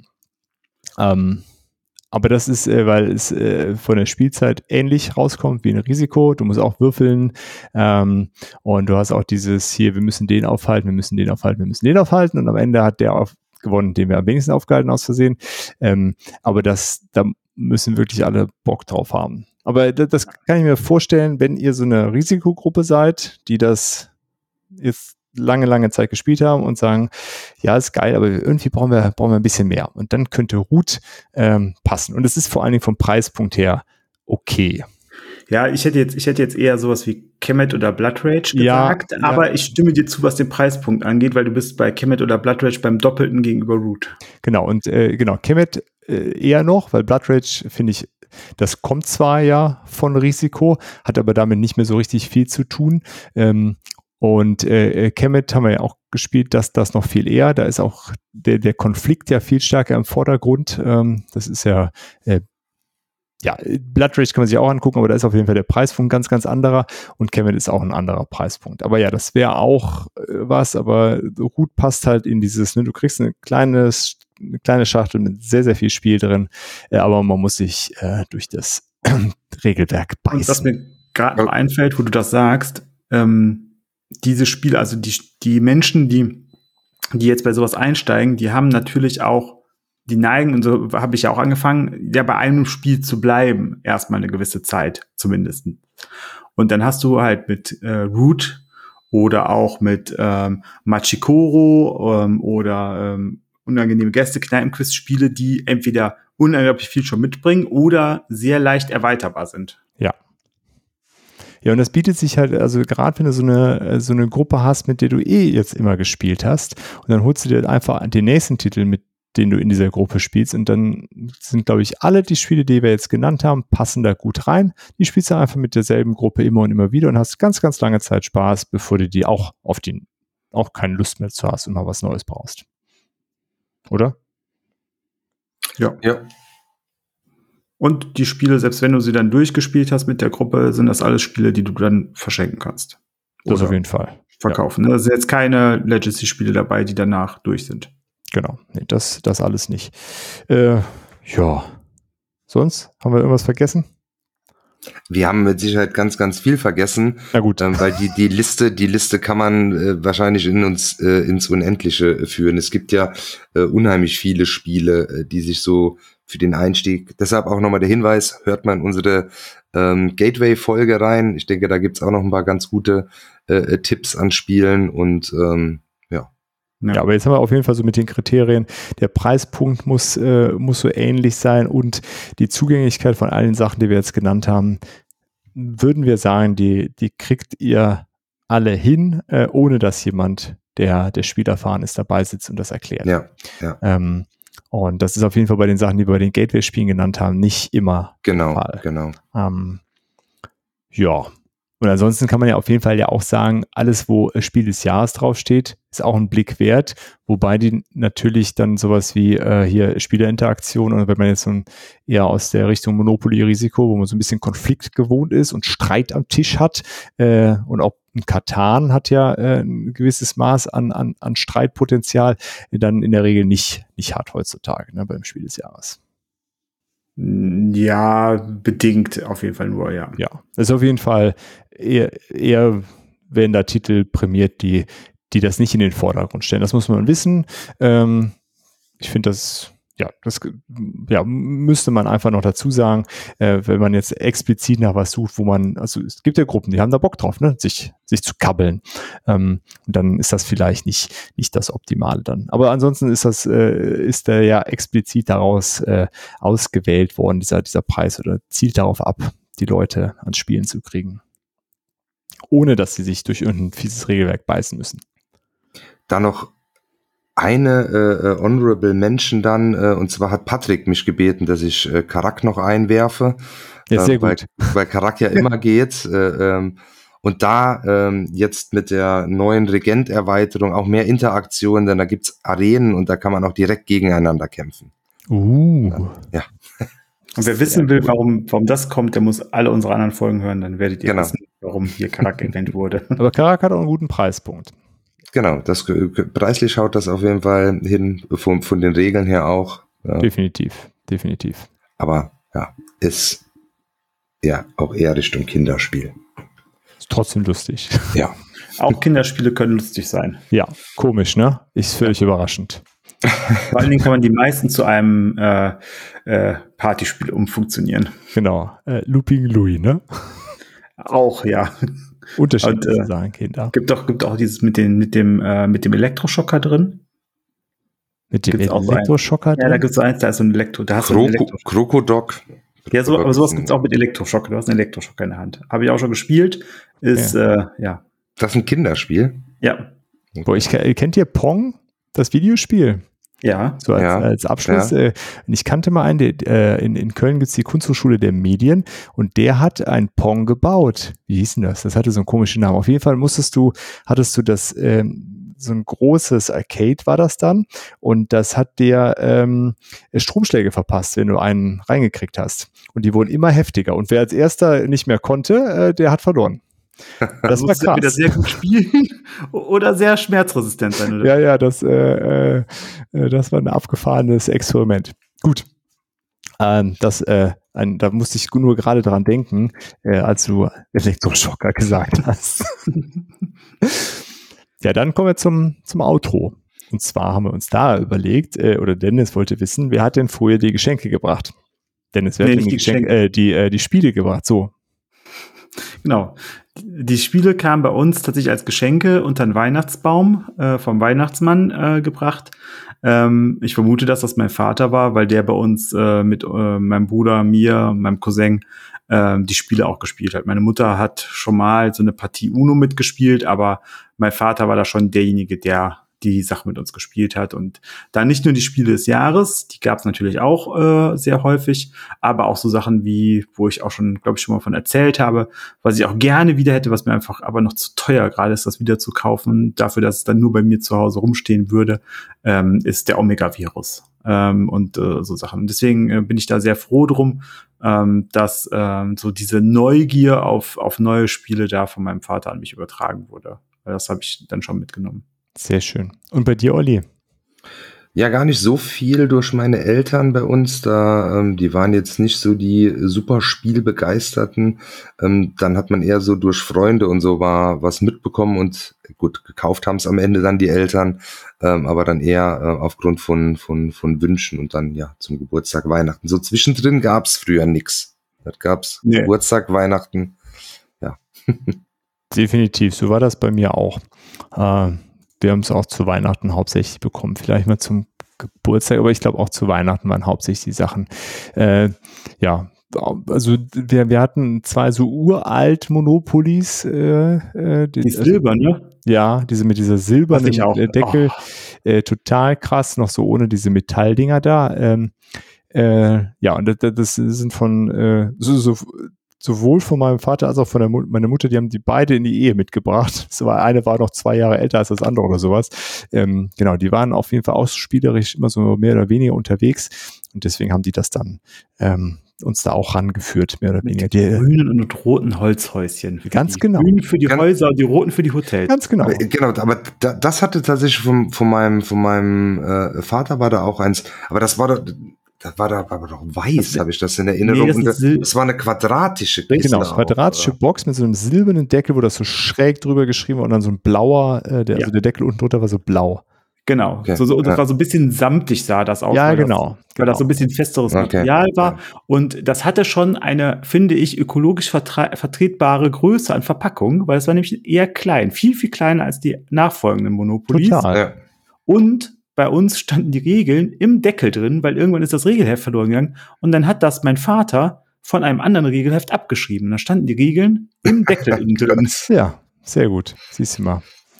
Ähm, aber das ist, äh, weil es äh, von der Spielzeit ähnlich rauskommt wie ein Risiko. Du musst auch würfeln ähm, und du hast auch dieses hier, wir müssen den aufhalten, wir müssen den aufhalten, wir müssen den aufhalten und am Ende hat der auf, gewonnen, den wir am wenigsten aufgehalten aus Versehen. Ähm, aber das, da müssen wirklich alle Bock drauf haben. Aber das, das kann ich mir vorstellen, wenn ihr so eine Risikogruppe seid, die das jetzt lange, lange Zeit gespielt haben und sagen, ja, ist geil, aber irgendwie brauchen wir, brauchen wir ein bisschen mehr. Und dann könnte Root ähm, passen. Und es ist vor allen Dingen vom Preispunkt her okay. Ja, ich hätte jetzt, ich hätte jetzt eher sowas wie Kemet oder Blood Rage gesagt, ja, aber ja. Ich stimme dir zu, was den Preispunkt angeht, weil du bist bei Kemet oder Blood Rage beim Doppelten gegenüber Root. Genau, und äh, genau, Kemet äh, eher noch, weil Blood Rage, finde ich, das kommt zwar ja von Risiko, hat aber damit nicht mehr so richtig viel zu tun. Ähm, und äh, Kemet haben wir ja auch gespielt, dass das noch viel eher, da ist auch der, der Konflikt ja viel stärker im Vordergrund. Ähm, das ist ja äh, Ja, Blood Rage kann man sich auch angucken, aber da ist auf jeden Fall der Preispunkt ganz, ganz anderer und Kemet ist auch ein anderer Preispunkt. Aber ja, das wäre auch äh, was, aber Root passt halt in dieses, ne, du kriegst eine kleine, eine kleine Schachtel mit sehr, sehr viel Spiel drin, äh, aber man muss sich äh, durch das Regelwerk beißen. Und was mir gerade noch einfällt, wo du das sagst, ähm, diese Spiele, also die, die Menschen, die, die jetzt bei sowas einsteigen, die haben natürlich auch die neigen, und so habe ich ja auch angefangen, ja bei einem Spiel zu bleiben, erstmal eine gewisse Zeit zumindest. Und dann hast du halt mit äh, Root oder auch mit ähm, Machikoro ähm, oder ähm, unangenehme Gäste-Kneipenquiz-Spiele, die entweder unglaublich viel schon mitbringen oder sehr leicht erweiterbar sind. Ja. Ja, und das bietet sich halt, also gerade wenn du so eine, so eine Gruppe hast, mit der du eh jetzt immer gespielt hast und dann holst du dir einfach den nächsten Titel mit, den du in dieser Gruppe spielst. Und dann sind, glaube ich, alle die Spiele, die wir jetzt genannt haben, passen da gut rein. Die spielst du einfach mit derselben Gruppe immer und immer wieder und hast ganz, ganz lange Zeit Spaß, bevor du die auch auf die, auch keine Lust mehr zu hast und mal was Neues brauchst. Oder? Ja. Ja. Und die Spiele, selbst wenn du sie dann durchgespielt hast mit der Gruppe, sind das alles Spiele, die du dann verschenken kannst. Das auf jeden Fall. Verkaufen. Ja. Da sind jetzt keine Legacy-Spiele dabei, die danach durch sind. Genau, nee, das, das alles nicht. Äh, ja, sonst? Haben wir irgendwas vergessen? Wir haben mit Sicherheit ganz, ganz viel vergessen. Na gut. Ähm, weil die, die Liste, die Liste kann man äh, wahrscheinlich in uns, äh, ins Unendliche führen. Es gibt ja äh, unheimlich viele Spiele, äh, die sich so für den Einstieg, deshalb auch nochmal der Hinweis, hört mal in unsere ähm, Gateway-Folge rein. Ich denke, da gibt's auch noch ein paar ganz gute äh, Tipps an Spielen und ähm, ja. Ja. Ja, aber jetzt haben wir auf jeden Fall so mit den Kriterien, der Preispunkt muss, äh, muss so ähnlich sein und die Zugänglichkeit von allen Sachen, die wir jetzt genannt haben, würden wir sagen, die, die kriegt ihr alle hin, äh, ohne dass jemand, der, der spielerfahren ist, dabei sitzt und das erklärt. Ja, ja. Ähm, und das ist auf jeden Fall bei den Sachen, die wir bei den Gateway-Spielen genannt haben, nicht immer genau, der Fall. Genau, ähm, ja. Und ansonsten kann man ja auf jeden Fall ja auch sagen, alles, wo Spiel des Jahres draufsteht, ist auch ein Blick wert, wobei die natürlich dann sowas wie äh, hier Spielerinteraktion oder wenn man jetzt so ein, eher aus der Richtung Monopoly-Risiko, wo man so ein bisschen Konflikt gewohnt ist und Streit am Tisch hat äh, und auch ein Katan hat ja äh, ein gewisses Maß an, an, an Streitpotenzial, dann in der Regel nicht, nicht hat heutzutage, ne, beim Spiel des Jahres. Ja, bedingt auf jeden Fall nur, ja. Ja, das ist auf jeden Fall eher, eher werden da Titel prämiert, die, die das nicht in den Vordergrund stellen. Das muss man wissen. Ähm, ich finde das, ja, das ja, müsste man einfach noch dazu sagen, äh, wenn man jetzt explizit nach was sucht, wo man, also es gibt ja Gruppen, die haben da Bock drauf, ne, sich, sich zu kabbeln. Ähm, und dann ist das vielleicht nicht, nicht das Optimale dann. Aber ansonsten ist das, äh, ist der ja explizit daraus äh, ausgewählt worden, dieser, dieser Preis, oder zielt darauf ab, die Leute ans Spielen zu kriegen. Ohne dass sie sich durch irgendein fieses Regelwerk beißen müssen. Dann noch eine äh, Honorable Mention dann, äh, und zwar hat Patrick mich gebeten, dass ich äh, Karak noch einwerfe. Ja, sehr äh, weil, gut. Weil Karak ja immer geht. Äh, ähm, und da ähm, jetzt mit der neuen Regent-Erweiterung auch mehr Interaktion, denn da gibt's Arenen und da kann man auch direkt gegeneinander kämpfen. Uh. Ja. Und wer wissen will, warum, warum das kommt, der muss alle unsere anderen Folgen hören, dann werdet ihr genau. wissen, warum hier Karak erwähnt wurde. Aber Karak hat auch einen guten Preispunkt. Genau, das preislich schaut das auf jeden Fall hin, von, von den Regeln her auch. Ja. Definitiv, definitiv. Aber ja, ist ja auch eher Richtung Kinderspiel. Ist trotzdem lustig. Ja. Auch Kinderspiele können lustig sein. Ja, komisch, ne? Ist völlig überraschend. Vor allen Dingen kann man die meisten zu einem äh, äh, Partyspiel umfunktionieren. Genau. Äh, Looping Louis, ne? Auch, ja. Unterschiedlich Und, äh, zu sagen, Kinder. Gibt auch, gibt auch dieses mit, den, mit, dem, äh, mit dem Elektroschocker drin. Mit dem Gibt's auch so Elektroschocker ein, drin? Ja, da gibt es so eins, da ist so ein Elektro. Da hast du einen Kroko, Elektroschocker. Krokodok. Ja, so, aber sowas gibt es auch mit Elektroschocker. Du hast einen Elektroschocker in der Hand. Habe ich auch schon gespielt. Ist, ja. Äh, ja. Das ist ein Kinderspiel? Ja. Boah, ich, kennt ihr Pong? Das Videospiel? Ja. So als, ja. als Abschluss. Ja. Äh, ich kannte mal einen, der, äh, in, in Köln gibt es die Kunsthochschule der Medien und der hat ein Pong gebaut. Wie hieß denn das? Das hatte so einen komischen Namen. Auf jeden Fall musstest du, hattest du das, ähm, so ein großes Arcade war das dann und das hat dir ähm, Stromschläge verpasst, wenn du einen reingekriegt hast. Und die wurden immer heftiger. Und wer als erster nicht mehr konnte, äh, der hat verloren. Das war krass. Entweder sehr gut spielen oder sehr schmerzresistent sein. Oder? Ja, ja, das, äh, äh, das war ein abgefahrenes Experiment. Gut. Ähm, das, äh, ein, da musste ich nur gerade dran denken, äh, als du Elektroschocker gesagt hast. Ja, dann kommen wir zum, zum Outro. Und zwar haben wir uns da überlegt, äh, oder Dennis wollte wissen, wer hat denn vorher die Geschenke gebracht? Dennis, wer nee, hat denn die, die, Geschenke, äh, die, äh, die Spiele gebracht? So. Genau. Die Spiele kamen bei uns tatsächlich als Geschenke unter den Weihnachtsbaum äh, vom Weihnachtsmann äh, gebracht. Ähm, ich vermute, dass das mein Vater war, weil der bei uns äh, mit äh, meinem Bruder, mir, meinem Cousin äh, die Spiele auch gespielt hat. Meine Mutter hat schon mal so eine Partie Uno mitgespielt, aber mein Vater war da schon derjenige, der die Sache mit uns gespielt hat. Und da nicht nur die Spiele des Jahres, die gab es natürlich auch äh, sehr häufig, aber auch so Sachen wie, wo ich auch schon, glaube ich, schon mal von erzählt habe, was ich auch gerne wieder hätte, was mir einfach aber noch zu teuer gerade ist, das wieder zu kaufen, dafür, dass es dann nur bei mir zu Hause rumstehen würde, ähm, ist der Omega-Virus. ähm, und äh, so Sachen. Und deswegen äh, bin ich da sehr froh drum, ähm, dass ähm, so diese Neugier auf, auf neue Spiele da von meinem Vater an mich übertragen wurde. Weil das habe ich dann schon mitgenommen. Sehr schön. Und bei dir, Olli? Ja, gar nicht so viel durch meine Eltern bei uns. Da, ähm, die waren jetzt nicht so die super Spielbegeisterten. Ähm, dann hat man eher so durch Freunde und so war was mitbekommen und gut, gekauft haben es am Ende dann die Eltern, ähm, aber dann eher äh, aufgrund von, von, von Wünschen und dann ja zum Geburtstag, Weihnachten. So zwischendrin gab's früher nix. Das gab's nee. Geburtstag, Weihnachten, ja. Definitiv, so war das bei mir auch. Äh, Wir haben es auch zu Weihnachten hauptsächlich bekommen. Vielleicht mal zum Geburtstag, aber ich glaube auch zu Weihnachten waren hauptsächlich die Sachen. Äh, ja, also wir, wir hatten zwei so uralt Monopolies. Äh, äh, die die Silber, ne? Ja, diese mit dieser silbernen Deckel. Oh. Äh, total krass, noch so ohne diese Metalldinger da. Ähm, äh, ja, und das, das sind von äh, so, so sowohl von meinem Vater als auch von der Mu- meiner Mutter, die haben die beide in die Ehe mitgebracht. So, eine war noch zwei Jahre älter als das andere oder sowas. Ähm, genau, die waren auf jeden Fall auch spielerisch immer so mehr oder weniger unterwegs und deswegen haben die das dann ähm, uns da auch rangeführt, mehr oder mit weniger. Die grünen und roten Holzhäuschen. Ganz die genau. Die grünen für die Ganz Häuser und die roten für die Hotels. Ganz genau. Aber, genau, aber da, das hatte tatsächlich von, von meinem, von meinem äh, Vater war da auch eins, aber das war da, das war da aber doch weiß, habe ich das in Erinnerung. Nee, das, und das, Sil- das war eine quadratische Kiste. Genau, quadratische auch, Box mit so einem silbernen Deckel, wo das so schräg drüber geschrieben war und dann so ein blauer, äh, der, ja. also der Deckel unten drunter war so blau. Genau, okay. so, so, das ja. war so ein bisschen samtig sah das aus. Ja, weil genau. Das, weil genau. das so ein bisschen festeres okay. Material war. Ja. Und das hatte schon eine, finde ich, ökologisch vertre- vertretbare Größe an Verpackung, weil es war nämlich eher klein, viel, viel kleiner als die nachfolgenden Monopolies. Total. Ja. Und bei uns standen die Regeln im Deckel drin, weil irgendwann ist das Regelheft verloren gegangen. Und dann hat das mein Vater von einem anderen Regelheft abgeschrieben. Da standen die Regeln im Deckel innen drin. Ja, sehr gut. Siehst du mal.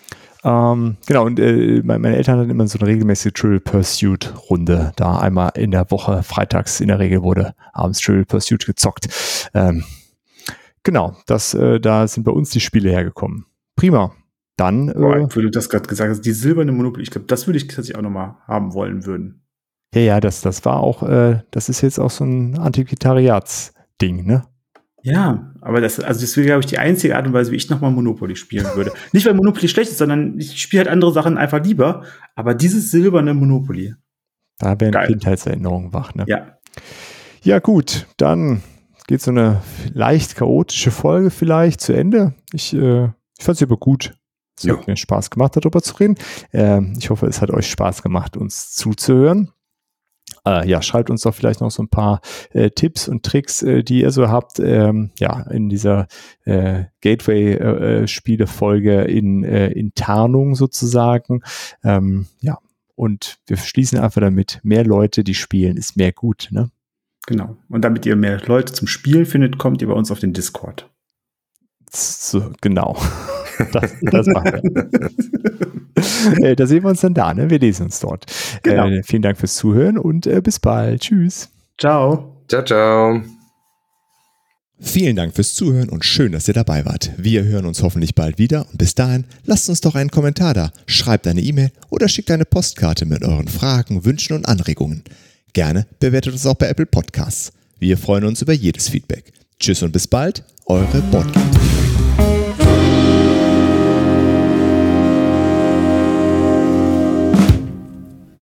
Ähm, genau, und äh, meine Eltern hatten immer so eine regelmäßige Trivial Pursuit Runde. Da einmal in der Woche, freitags in der Regel wurde abends Trivial Pursuit gezockt. Ähm, genau, das, äh, da sind bei uns die Spiele hergekommen. Prima. Dann, Boah, äh, wie du das gerade gesagt hast, die silberne Monopoly, ich glaube, das würde ich tatsächlich auch nochmal haben wollen würden. Ja, ja, das, das war auch, äh, das ist jetzt auch so ein Antiquitariats-Ding, ne? Ja, aber das, also das wäre, glaube ich, die einzige Art und Weise, wie ich nochmal Monopoly spielen würde. Nicht, weil Monopoly schlecht ist, sondern ich spiele halt andere Sachen einfach lieber. Aber dieses silberne Monopoly. Da werden Kindheitserinnerungen wach, ne? Ja. Ja, gut, dann geht so eine leicht chaotische Folge vielleicht zu Ende. Ich, äh, ich fand sie aber gut. Es ja. hat mir Spaß gemacht, darüber zu reden. Ähm, ich hoffe, es hat euch Spaß gemacht, uns zuzuhören. Äh, ja, schreibt uns doch vielleicht noch so ein paar äh, Tipps und Tricks, äh, die ihr so habt, ähm, ja, in dieser äh, Gateway-Spiele-Folge in, äh, in Tarnung sozusagen. Ähm, ja, und wir schließen einfach damit, mehr Leute, die spielen, ist mehr gut, ne? Genau. Und damit ihr mehr Leute zum Spielen findet, kommt ihr bei uns auf den Discord. So, genau. Das, das machen wir. äh, da sehen wir uns dann da, ne? Wir lesen uns dort. Genau. Äh, vielen Dank fürs Zuhören und äh, bis bald. Tschüss. Ciao. Ciao, ciao. Vielen Dank fürs Zuhören und schön, dass ihr dabei wart. Wir hören uns hoffentlich bald wieder und bis dahin lasst uns doch einen Kommentar da, schreibt eine E-Mail oder schickt eine Postkarte mit euren Fragen, Wünschen und Anregungen. Gerne bewertet uns auch bei Apple Podcasts. Wir freuen uns über jedes Feedback. Tschüss und bis bald, eure Boardgame.